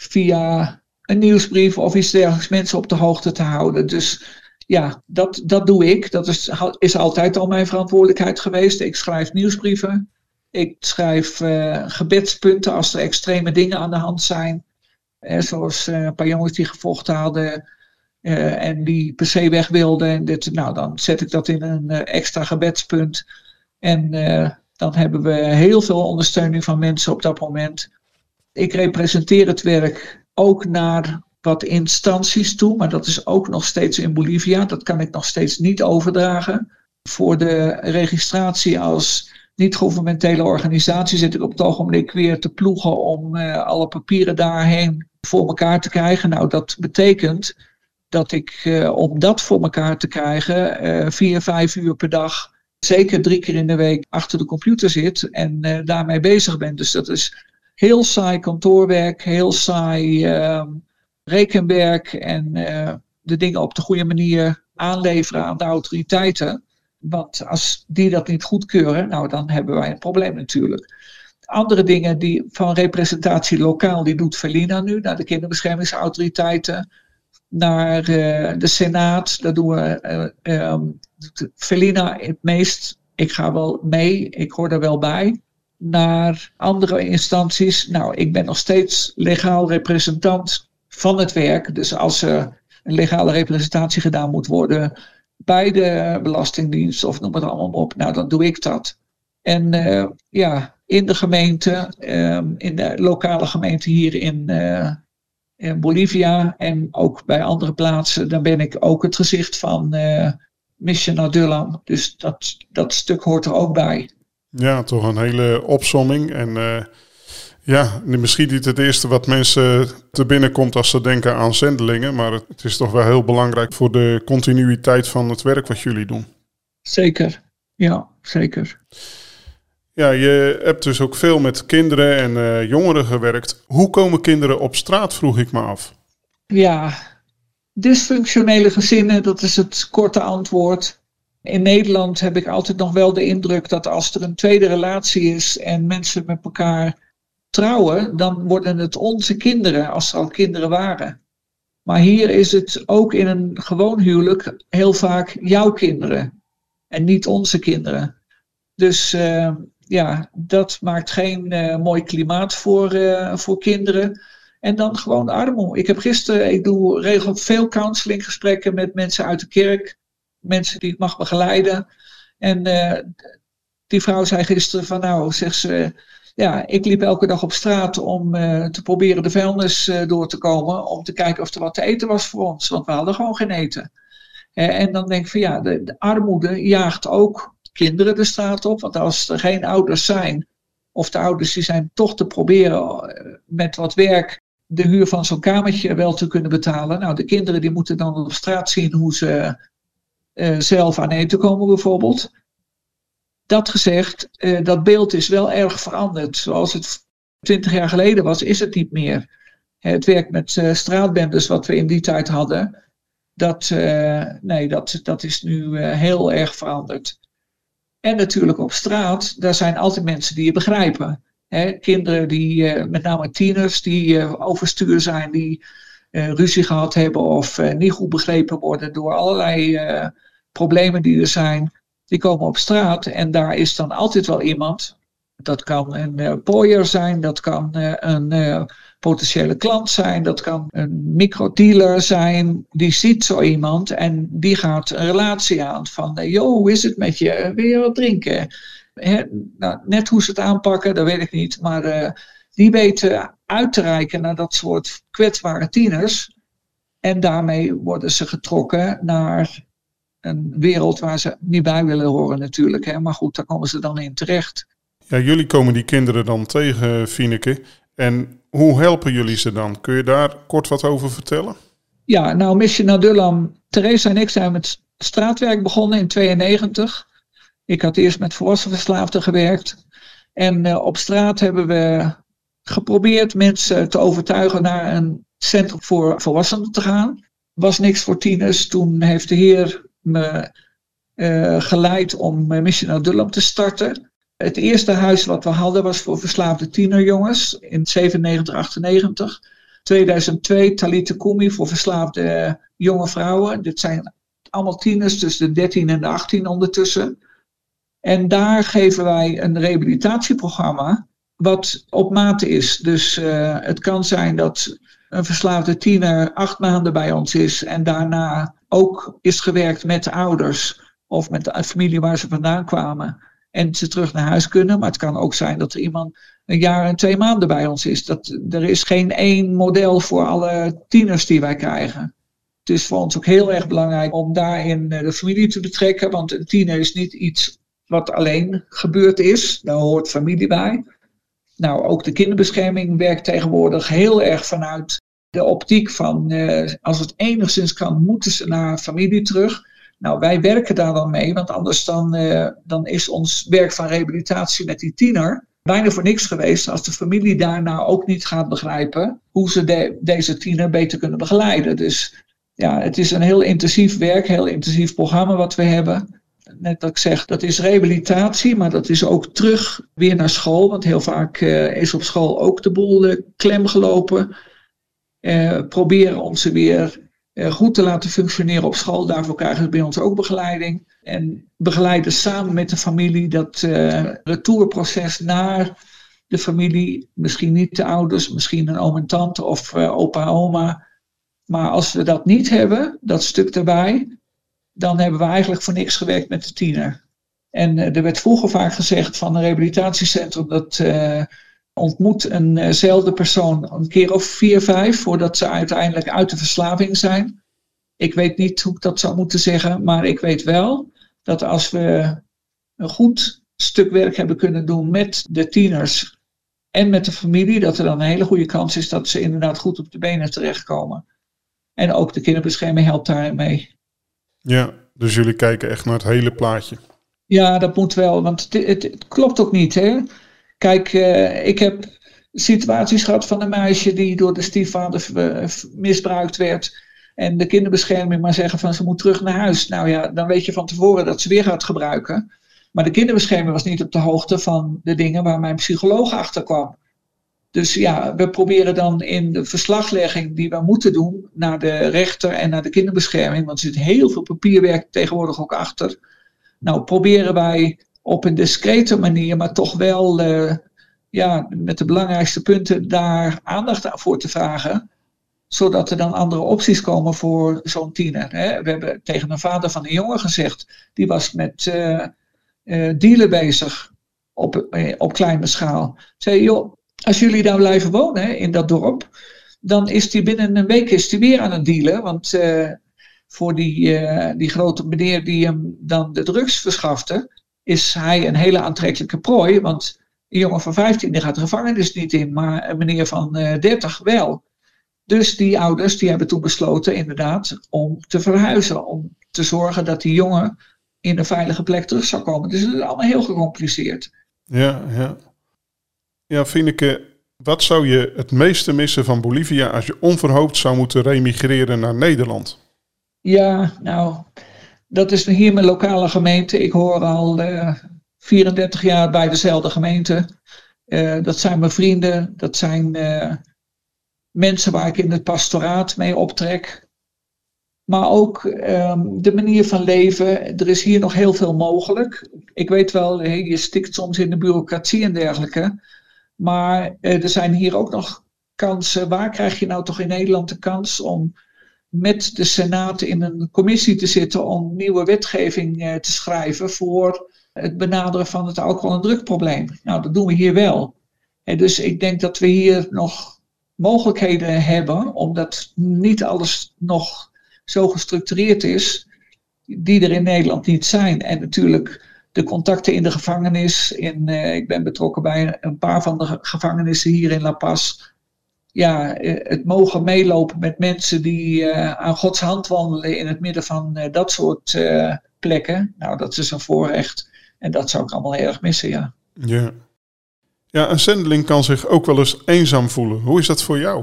via een nieuwsbrief of iets dergelijks mensen op de hoogte te houden. Dus ja, dat, dat doe ik. Dat is, is altijd al mijn verantwoordelijkheid geweest. Ik schrijf nieuwsbrieven. Ik schrijf uh, gebedspunten als er extreme dingen aan de hand zijn. Eh, zoals uh, een paar jongens die gevochten hadden uh, en die per se weg wilden. En dit, nou, dan zet ik dat in een uh, extra gebedspunt. En uh, dan hebben we heel veel ondersteuning van mensen op dat moment. Ik representeer het werk ook naar wat instanties toe, maar dat is ook nog steeds in Bolivia. Dat kan ik nog steeds niet overdragen. Voor de registratie als niet-governementele organisatie zit ik op het ogenblik weer te ploegen om uh, alle papieren daarheen voor elkaar te krijgen. Nou, dat betekent dat ik uh, om dat voor elkaar te krijgen uh, vier, vijf uur per dag, zeker drie keer in de week achter de computer zit en uh, daarmee bezig ben. Dus dat is heel saai kantoorwerk, heel saai uh, rekenwerk en uh, de dingen op de goede manier aanleveren aan de autoriteiten. Want als die dat niet goedkeuren, nou dan hebben wij een probleem natuurlijk. Andere dingen die van representatie lokaal, die doet Felina nu, naar de kinderbeschermingsautoriteiten, naar uh, de Senaat, daar doen we uh, um, Felina het meest. Ik ga wel mee, ik hoor er wel bij. Naar andere instanties, nou ik ben nog steeds legaal representant van het werk. Dus als er een legale representatie gedaan moet worden bij de Belastingdienst of noem het allemaal op, nou dan doe ik dat. En uh, ja, in de gemeente, uh, in de lokale gemeente hier in, uh, in Bolivia en ook bij andere plaatsen, dan ben ik ook het gezicht van uh, Mission Adulam. Dus dat, dat stuk hoort er ook bij. Ja, toch een hele opsomming. En uh, ja, misschien niet het eerste wat mensen te binnen komt als ze denken aan zendelingen, maar het is toch wel heel belangrijk voor de continuïteit van het werk wat jullie doen. Zeker, ja, zeker. Ja, je hebt dus ook veel met kinderen en uh, jongeren gewerkt. Hoe komen kinderen op straat, vroeg ik me af. Ja, dysfunctionele gezinnen, dat is het korte antwoord. In Nederland heb ik altijd nog wel de indruk dat als er een tweede relatie is en mensen met elkaar trouwen, dan worden het onze kinderen als er al kinderen waren. Maar hier is het ook in een gewoon huwelijk heel vaak jouw kinderen en niet onze kinderen. Dus uh, ja, dat maakt geen uh, mooi klimaat voor, uh, voor kinderen. En dan gewoon armoede. Ik heb gisteren, ik doe regel veel counselinggesprekken met mensen uit de kerk. Mensen die ik mag begeleiden. En uh, die vrouw zei gisteren van nou, zegt ze, ja, ik liep elke dag op straat om uh, te proberen de vuilnis uh, door te komen. Om te kijken of er wat te eten was voor ons. Want we hadden gewoon geen eten. Uh, en dan denk ik van ja, de, de armoede jaagt ook kinderen de straat op. Want als er geen ouders zijn, of de ouders die zijn toch te proberen uh, met wat werk de huur van zo'n kamertje wel te kunnen betalen. Nou, de kinderen die moeten dan op straat zien hoe ze uh, zelf aan eten komen bijvoorbeeld. Dat gezegd, uh, dat beeld is wel erg veranderd. Zoals het twintig jaar geleden was, is het niet meer. Het werk met uh, straatbendes wat we in die tijd hadden, dat, uh, nee, dat, dat is nu uh, heel erg veranderd. En natuurlijk op straat, daar zijn altijd mensen die je begrijpen. He, kinderen die, uh, met name tieners, die uh, overstuur zijn, die uh, ruzie gehad hebben of uh, niet goed begrepen worden door allerlei uh, problemen die er zijn. Die komen op straat en daar is dan altijd wel iemand. Dat kan een uh, pooier zijn, dat kan uh, een uh, potentiële klant zijn, dat kan een microdealer zijn. Die ziet zo iemand en die gaat een relatie aan van, uh, joh, hoe is het met je? Wil je wat drinken? He, nou, net hoe ze het aanpakken, dat weet ik niet. Maar uh, die weten uit te reiken naar dat soort kwetsbare tieners. En daarmee worden ze getrokken naar een wereld waar ze niet bij willen horen natuurlijk. Hè. Maar goed, daar komen ze dan in terecht. Ja, jullie komen die kinderen dan tegen, Fieneke. En hoe helpen jullie ze dan? Kun je daar kort wat over vertellen? Ja, nou Mission Adullam, Theresa en ik zijn met straatwerk begonnen in tweeënnegentig. Ik had eerst met volwassenverslaafden gewerkt. En uh, op straat hebben we geprobeerd mensen te overtuigen naar een centrum voor volwassenen te gaan. Was niks voor tieners. Toen heeft de Heer me uh, geleid om Mission Adullam te starten. Het eerste huis wat we hadden was voor verslaafde tienerjongens in zevenennegentig, achtennegentig. tweeduizend twee Talita Kumi voor verslaafde jonge vrouwen. Dit zijn allemaal tieners tussen de dertien en de achttien ondertussen. En daar geven wij een rehabilitatieprogramma wat op maat is. Dus uh, het kan zijn dat een verslaafde tiener acht maanden bij ons is en daarna ook is gewerkt met de ouders of met de familie waar ze vandaan kwamen en ze terug naar huis kunnen. Maar het kan ook zijn dat er iemand een jaar en twee maanden bij ons is. Dat, er is geen één model voor alle tieners die wij krijgen. Het is voor ons ook heel erg belangrijk om daarin de familie te betrekken, want een tiener is niet iets wat alleen gebeurd is. Daar hoort familie bij. Nou, ook de kinderbescherming werkt tegenwoordig heel erg vanuit de optiek van uh, als het enigszins kan, moeten ze naar familie terug. Nou, wij werken daar dan mee, want anders dan, uh, dan is ons werk van rehabilitatie met die tiener bijna voor niks geweest als de familie daarna ook niet gaat begrijpen hoe ze de, deze tiener beter kunnen begeleiden. Dus ja, het is een heel intensief werk, heel intensief programma wat we hebben. Net dat ik zeg, dat is rehabilitatie, maar dat is ook terug weer naar school. Want heel vaak uh, is op school ook de boel uh, klem gelopen. Uh, proberen om ze weer uh, goed te laten functioneren op school. Daarvoor krijgen ze bij ons ook begeleiding. En begeleiden samen met de familie dat uh, retourproces naar de familie. Misschien niet de ouders, misschien een oom en tante of uh, opa en oma. Maar als we dat niet hebben, dat stuk erbij, dan hebben we eigenlijk voor niks gewerkt met de tiener. En uh, er werd vroeger vaak gezegd van een rehabilitatiecentrum dat uh, ontmoet eenzelfde persoon een keer of vier, vijf voordat ze uiteindelijk uit de verslaving zijn. Ik weet niet hoe ik dat zou moeten zeggen, maar ik weet wel dat als we een goed stuk werk hebben kunnen doen met de tieners en met de familie, dat er dan een hele goede kans is dat ze inderdaad goed op de benen terechtkomen. En ook de kinderbescherming helpt daarin mee. Ja, dus jullie kijken echt naar het hele plaatje. Ja, dat moet wel, want het, het, het klopt ook niet, hè. Kijk, uh, ik heb situaties gehad van een meisje die door de stiefvader misbruikt werd. En de kinderbescherming maar zeggen van ze moet terug naar huis. Nou ja, dan weet je van tevoren dat ze weer gaat gebruiken. Maar de kinderbescherming was niet op de hoogte van de dingen waar mijn psycholoog achter kwam. Dus ja, we proberen dan in de verslaglegging die we moeten doen naar de rechter en naar de kinderbescherming, want er zit heel veel papierwerk tegenwoordig ook achter. Nou, proberen wij op een discrete manier, maar toch wel uh, ja, met de belangrijkste punten daar aandacht voor te vragen, zodat er dan andere opties komen voor zo'n tiener. Hè. We hebben tegen een vader van een jongen gezegd, die was met uh, uh, dealen bezig op, uh, op kleine schaal. Zei, joh, als jullie daar blijven wonen hè, in dat dorp, dan is die binnen een week is die weer aan het dealen. Want uh, voor die, uh, die grote meneer die hem dan de drugs verschafte, is hij een hele aantrekkelijke prooi. Want een jongen van vijftien die gaat de gevangenis niet in, maar een meneer van uh, dertig wel. Dus die ouders die hebben toen besloten inderdaad om te verhuizen. Om te zorgen dat die jongen in een veilige plek terug zou komen. Dus het is allemaal heel gecompliceerd. Ja, ja. Ja, Fieneke, wat zou je het meeste missen van Bolivia als je onverhoopt zou moeten remigreren naar Nederland? Ja, nou, dat is hier mijn lokale gemeente. Ik hoor al uh, vierendertig jaar bij dezelfde gemeente. Uh, dat zijn mijn vrienden, dat zijn uh, mensen waar ik in het pastoraat mee optrek. Maar ook um, de manier van leven. Er is hier nog heel veel mogelijk. Ik weet wel, hey, je stikt soms in de bureaucratie en dergelijke. Maar uh, er zijn hier ook nog kansen. Waar krijg je nou toch in Nederland de kans om met de Senaat in een commissie te zitten om nieuwe wetgeving uh, te schrijven voor het benaderen van het alcohol- en drugprobleem? Nou, dat doen we hier wel. En dus ik denk dat we hier nog mogelijkheden hebben, omdat niet alles nog zo gestructureerd is, die er in Nederland niet zijn. En natuurlijk de contacten in de gevangenis. In, uh, ik ben betrokken bij een paar van de gevangenissen hier in La Paz. Ja, uh, het mogen meelopen met mensen die uh, aan Gods hand wandelen in het midden van uh, dat soort uh, plekken. Nou, dat is een voorrecht. En dat zou ik allemaal heel erg missen, ja. Ja. Ja, een zendeling kan zich ook wel eens eenzaam voelen. Hoe is dat voor jou?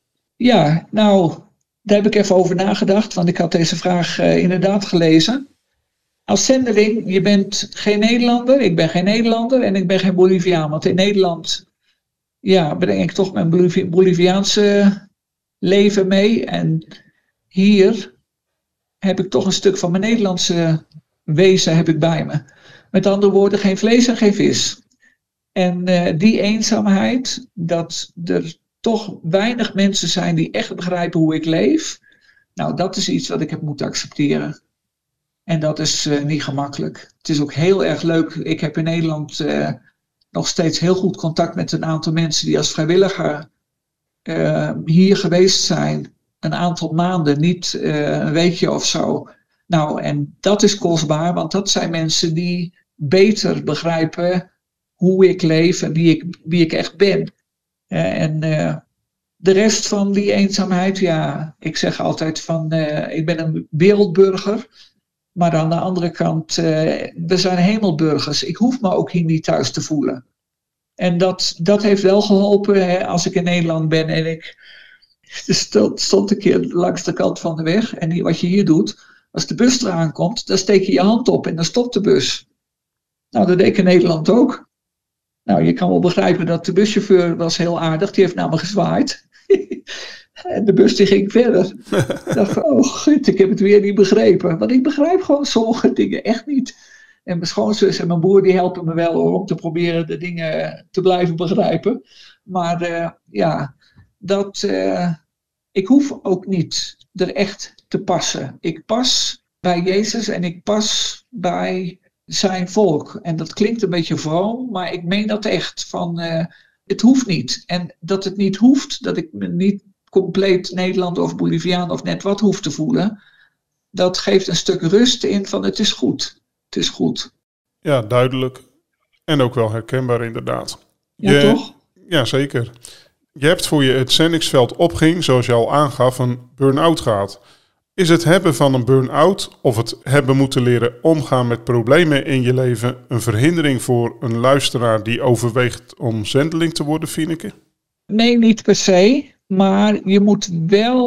Ja, nou, daar heb ik even over nagedacht, want ik had deze vraag uh, inderdaad gelezen. Als zendeling, je bent geen Nederlander, ik ben geen Nederlander en ik ben geen Boliviaan. Want in Nederland, ja, breng ik toch mijn Boliv- Boliviaanse leven mee. En hier heb ik toch een stuk van mijn Nederlandse wezen heb ik bij me. Met andere woorden, geen vlees en geen vis. En uh, die eenzaamheid, dat er toch weinig mensen zijn die echt begrijpen hoe ik leef. Nou, dat is iets wat ik heb moeten accepteren. En dat is uh, niet gemakkelijk. Het is ook heel erg leuk. Ik heb in Nederland uh, nog steeds heel goed contact met een aantal mensen die als vrijwilliger uh, hier geweest zijn. Een aantal maanden, niet uh, een weekje of zo. Nou, en dat is kostbaar, want dat zijn mensen die beter begrijpen hoe ik leef en wie ik, wie ik echt ben. Uh, en uh, de rest van die eenzaamheid, ja, ik zeg altijd van, uh, ik ben een wereldburger. Maar aan de andere kant, uh, we zijn hemelburgers. Ik hoef me ook hier niet thuis te voelen. En dat, dat heeft wel geholpen hè, als ik in Nederland ben en ik stond, stond een keer langs de kant van de weg. En die, wat je hier doet, als de bus eraan komt, dan steek je je hand op en dan stopt de bus. Nou, dat deed ik in Nederland ook. Nou, je kan wel begrijpen dat de buschauffeur was heel aardig, die heeft naar me gezwaaid. En de bus die ging verder. Ik dacht, oh gut, ik heb het weer niet begrepen. Want ik begrijp gewoon sommige dingen echt niet. En mijn schoonzus en mijn broer die helpen me wel om te proberen de dingen te blijven begrijpen. Maar uh, ja, dat, uh, ik hoef ook niet er echt te passen. Ik pas bij Jezus en ik pas bij zijn volk. En dat klinkt een beetje vroom, maar ik meen dat echt. Van, uh, het hoeft niet. En dat het niet hoeft, dat ik me niet compleet Nederlander of Boliviaan of net wat hoef te voelen. Dat geeft een stuk rust in van het is goed. Het is goed. Ja, duidelijk. En ook wel herkenbaar inderdaad. Ja, je, toch? Ja, zeker. Je hebt voor je het zendingsveld opging, zoals je al aangaf, een burn-out gehad. Is het hebben van een burn-out of het hebben moeten leren omgaan met problemen in je leven een verhindering voor een luisteraar die overweegt om zendeling te worden, Fieneke? Nee, niet per se. Maar je moet wel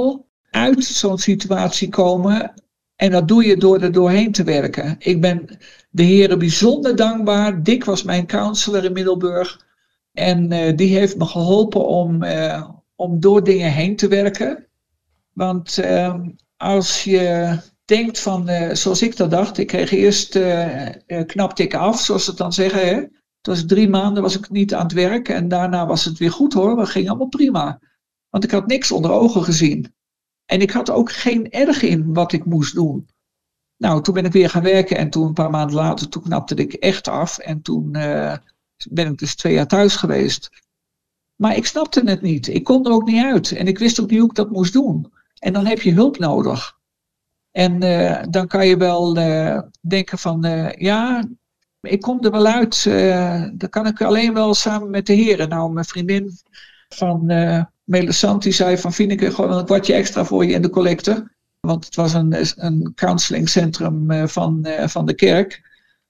uit zo'n situatie komen. En dat doe je door er doorheen te werken. Ik ben de heren bijzonder dankbaar. Dick was mijn counselor in Middelburg. En uh, die heeft me geholpen om, uh, om door dingen heen te werken. Want uh, als je denkt van, uh, zoals ik dat dacht. Ik kreeg eerst uh, uh, knapte ik af, zoals ze het dan zeggen. Hè? Het was drie maanden was ik niet aan het werk. En daarna was het weer goed hoor. Dat ging allemaal prima. Want ik had niks onder ogen gezien. En ik had ook geen erg in wat ik moest doen. Nou, toen ben ik weer gaan werken. En toen een paar maanden later, toen knapte ik echt af. En toen uh, ben ik dus twee jaar thuis geweest. Maar ik snapte het niet. Ik kon er ook niet uit. En ik wist ook niet hoe ik dat moest doen. En dan heb je hulp nodig. En uh, dan kan je wel uh, denken van, uh, ja, ik kom er wel uit. Uh, dat kan ik alleen wel samen met de heren. Nou, mijn vriendin van uh, Melisant, die zei van, vind ik gewoon een kwartje extra voor je in de collecte. Want het was een, een counselingcentrum uh, van, uh, van de kerk.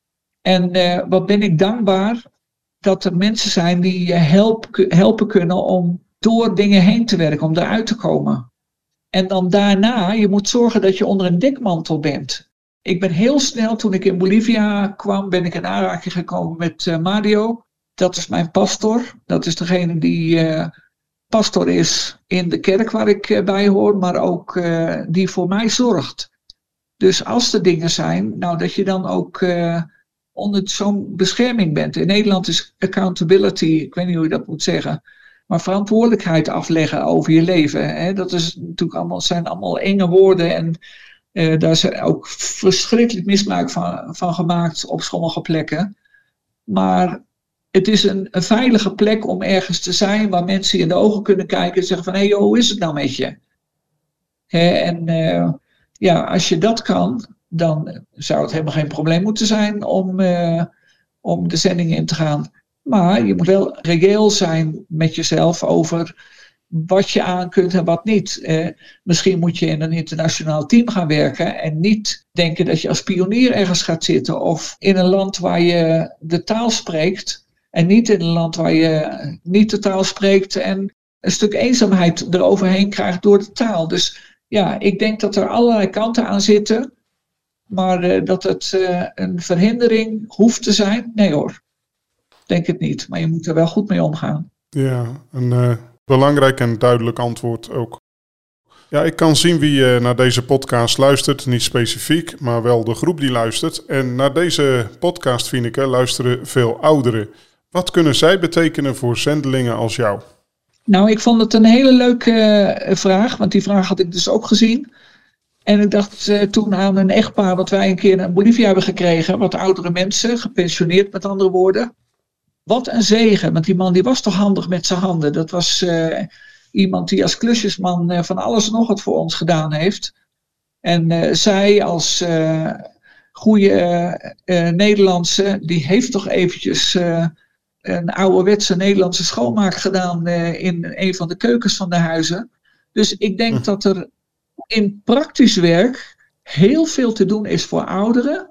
En uh, wat ben ik dankbaar dat er mensen zijn die je help, helpen kunnen om door dingen heen te werken, om eruit te komen. En dan daarna, je moet zorgen dat je onder een dekmantel bent. Ik ben heel snel, toen ik in Bolivia kwam, ben ik in aanraking gekomen met uh, Mario. Dat is mijn pastor. Dat is degene die uh, pastor is in de kerk waar ik uh, bij hoor, maar ook uh, die voor mij zorgt. Dus als er dingen zijn, nou dat je dan ook uh, onder zo'n bescherming bent. In Nederland is accountability, ik weet niet hoe je dat moet zeggen, maar verantwoordelijkheid afleggen over je leven. Hè? Dat is natuurlijk allemaal, zijn allemaal enge woorden en uh, daar is ook verschrikkelijk misbruik van, van gemaakt op sommige plekken. Maar het is een, een veilige plek om ergens te zijn waar mensen je in de ogen kunnen kijken en zeggen van hé hey, joh, hoe is het nou met je? Hè? En uh, ja, als je dat kan, dan zou het helemaal geen probleem moeten zijn om, uh, om de zending in te gaan. Maar je moet wel reëel zijn met jezelf over wat je aan kunt en wat niet. Eh, misschien moet je in een internationaal team gaan werken en niet denken dat je als pionier ergens gaat zitten. Of in een land waar je de taal spreekt en niet in een land waar je niet de taal spreekt en een stuk eenzaamheid eroverheen krijgt door de taal. Dus ja, ik denk dat er allerlei kanten aan zitten, maar uh, dat het uh, een verhindering hoeft te zijn, nee hoor. Denk het niet, maar je moet er wel goed mee omgaan. Ja, een uh, belangrijk en duidelijk antwoord ook. Ja, ik kan zien wie uh, naar deze podcast luistert, niet specifiek, maar wel de groep die luistert. En naar deze podcast, Fieneke, luisteren veel ouderen. Wat kunnen zij betekenen voor zendelingen als jou? Nou, ik vond het een hele leuke uh, vraag, want die vraag had ik dus ook gezien. En ik dacht uh, toen aan een echtpaar wat wij een keer in Bolivia hebben gekregen, wat oudere mensen, gepensioneerd met andere woorden. Wat een zegen, want die man die was toch handig met zijn handen. Dat was uh, iemand die als klusjesman uh, van alles en nog wat voor ons gedaan heeft. En uh, zij als uh, goede uh, uh, Nederlandse, die heeft toch eventjes uh, een ouderwetse Nederlandse schoonmaak gedaan uh, in een van de keukens van de huizen. Dus ik denk hm. dat er in praktisch werk heel veel te doen is voor ouderen.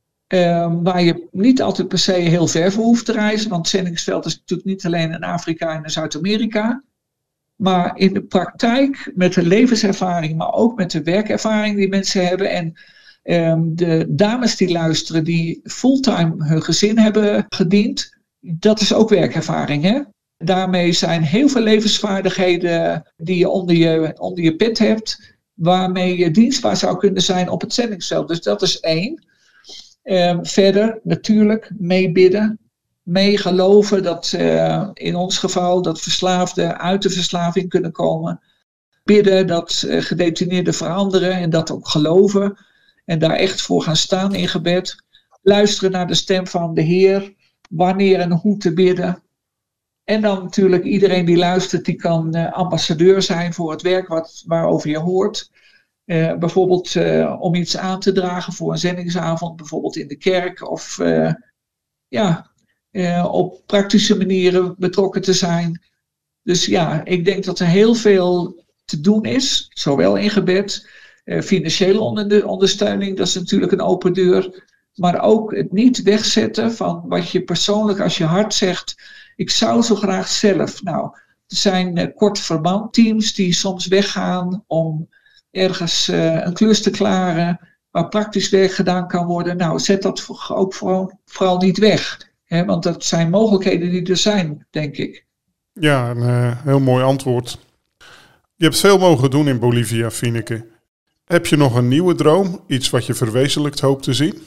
Uh, waar je niet altijd per se heel ver voor hoeft te reizen. Want het zendingsveld is natuurlijk niet alleen in Afrika en in Zuid-Amerika. Maar in de praktijk met de levenservaring, maar ook met de werkervaring die mensen hebben. En um, de dames die luisteren die fulltime hun gezin hebben gediend. Dat is ook werkervaring, hè? Daarmee zijn heel veel levensvaardigheden die je onder je, onder je pet hebt. Waarmee je dienstbaar zou kunnen zijn op het zendingsveld. Dus dat is één. Uh, verder natuurlijk meebidden, meegeloven dat uh, in ons geval dat verslaafden uit de verslaving kunnen komen. Bidden dat uh, gedetineerden veranderen en dat ook geloven en daar echt voor gaan staan in gebed. Luisteren naar de stem van de Heer, wanneer en hoe te bidden. En dan natuurlijk iedereen die luistert, die kan uh, ambassadeur zijn voor het werk wat, waarover je hoort. Uh, bijvoorbeeld uh, om iets aan te dragen voor een zendingsavond, bijvoorbeeld in de kerk. Of uh, ja, uh, op praktische manieren betrokken te zijn. Dus ja, ik denk dat er heel veel te doen is, zowel in gebed, uh, financiële onder- ondersteuning, dat is natuurlijk een open deur. Maar ook het niet wegzetten van wat je persoonlijk als je hart zegt, ik zou zo graag zelf. Nou, er zijn uh, kort verbandteams die soms weggaan om ergens uh, een klus te klaren waar praktisch werk gedaan kan worden. Nou, zet dat ook vooral, vooral niet weg. Hè, want dat zijn mogelijkheden die er zijn, denk ik. Ja, een uh, heel mooi antwoord. Je hebt veel mogen doen in Bolivia, Fieneke. Heb je nog een nieuwe droom? Iets wat je verwezenlijkt hoopt te zien?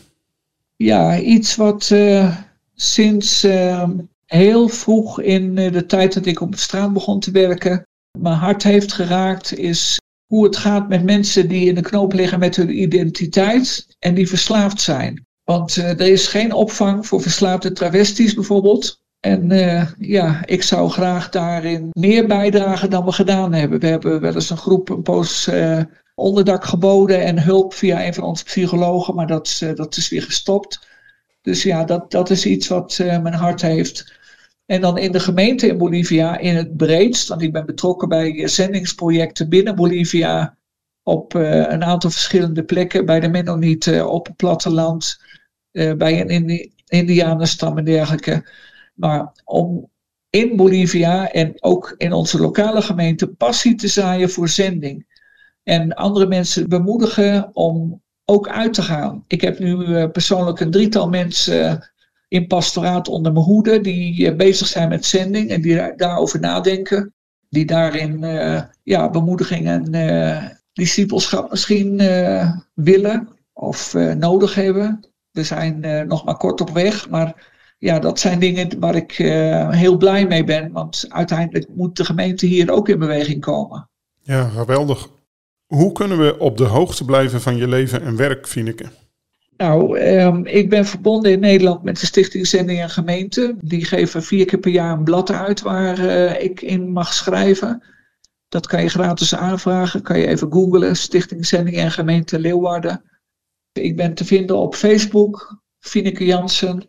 Ja, iets wat uh, sinds uh, heel vroeg in uh, de tijd dat ik op de straat begon te werken, mijn hart heeft geraakt, is hoe het gaat met mensen die in de knoop liggen met hun identiteit en die verslaafd zijn. Want uh, er is geen opvang voor verslaafde travesties bijvoorbeeld. En uh, ja, ik zou graag daarin meer bijdragen dan we gedaan hebben. We hebben wel eens een groep een poos uh, onderdak geboden en hulp via een van onze psychologen, maar dat, uh, dat is weer gestopt. Dus ja, dat, dat is iets wat uh, mijn hart heeft. En dan in de gemeente in Bolivia in het breedst, want ik ben betrokken bij zendingsprojecten binnen Bolivia op uh, een aantal verschillende plekken, bij de Mennonieten, op het platteland, uh, bij een Indi- Indianenstam en dergelijke. Maar om in Bolivia en ook in onze lokale gemeente passie te zaaien voor zending. En andere mensen bemoedigen om ook uit te gaan. Ik heb nu uh, persoonlijk een drietal mensen in pastoraat onder mijn hoede die uh, bezig zijn met zending en die daar, daarover nadenken. Die daarin uh, ja, bemoediging en uh, discipelschap misschien uh, willen of uh, nodig hebben. We zijn uh, nog maar kort op weg, maar ja, dat zijn dingen waar ik uh, heel blij mee ben. Want uiteindelijk moet de gemeente hier ook in beweging komen. Ja, geweldig. Hoe kunnen we op de hoogte blijven van je leven en werk, Fieneke? Nou, um, ik ben verbonden in Nederland met de Stichting Zending en Gemeente. Die geven vier keer per jaar een blad uit waar uh, ik in mag schrijven. Dat kan je gratis aanvragen. Kan je even googlen. Stichting Zending en Gemeente Leeuwarden. Ik ben te vinden op Facebook. Fieneke Jansen.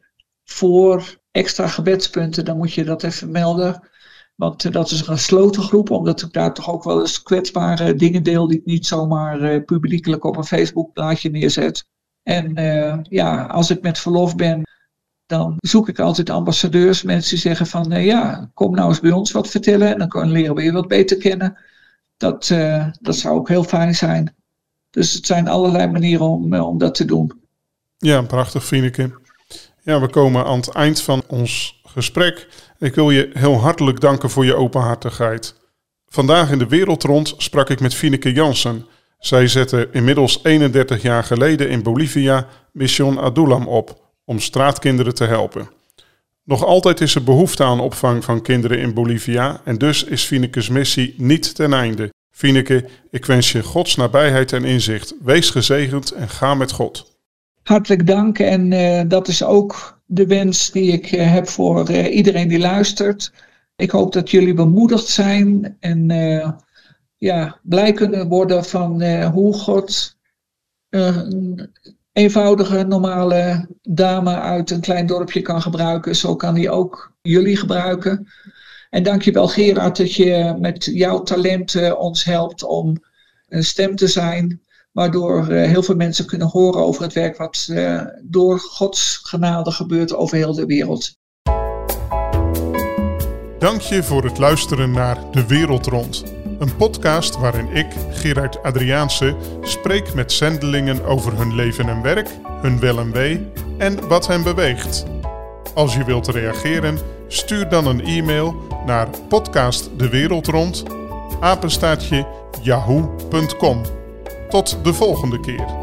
Voor extra gebedspunten, dan moet je dat even melden. Want uh, dat is een gesloten groep, omdat ik daar toch ook wel eens kwetsbare dingen deel die ik niet zomaar uh, publiekelijk op een Facebookblaadje neerzet. En uh, ja, als ik met verlof ben, dan zoek ik altijd ambassadeurs, mensen die zeggen van uh, ja, kom nou eens bij ons wat vertellen en dan kunnen leren we je wat beter kennen. Dat, uh, dat zou ook heel fijn zijn. Dus het zijn allerlei manieren om, uh, om dat te doen. Ja, prachtig, Fieneke. Ja, we komen aan het eind van ons gesprek. Ik wil je heel hartelijk danken voor je openhartigheid. Vandaag in de wereld rond sprak ik met Fieneke Jansen. Zij zette inmiddels eenendertig jaar geleden in Bolivia Mission Adulam op om straatkinderen te helpen. Nog altijd is er behoefte aan opvang van kinderen in Bolivia en dus is Fienekes missie niet ten einde. Fieneke, ik wens je Gods nabijheid en inzicht. Wees gezegend en ga met God. Hartelijk dank en uh, dat is ook de wens die ik uh, heb voor uh, iedereen die luistert. Ik hoop dat jullie bemoedigd zijn en uh, ja, blij kunnen worden van uh, hoe God uh, een eenvoudige, normale dame uit een klein dorpje kan gebruiken. Zo kan hij ook jullie gebruiken. En dankjewel Gerard dat je met jouw talenten ons helpt om een stem te zijn, waardoor uh, heel veel mensen kunnen horen over het werk wat uh, door Gods genade gebeurt over heel de wereld. Dank je voor het luisteren naar De Wereld Rond. Een podcast waarin ik, Gerard Adriaanse, spreek met zendelingen over hun leven en werk, hun wel en wee en wat hen beweegt. Als je wilt reageren, stuur dan een e-mail naar podcastdewereldrond, apenstaartje yahoo punt com. Tot de volgende keer.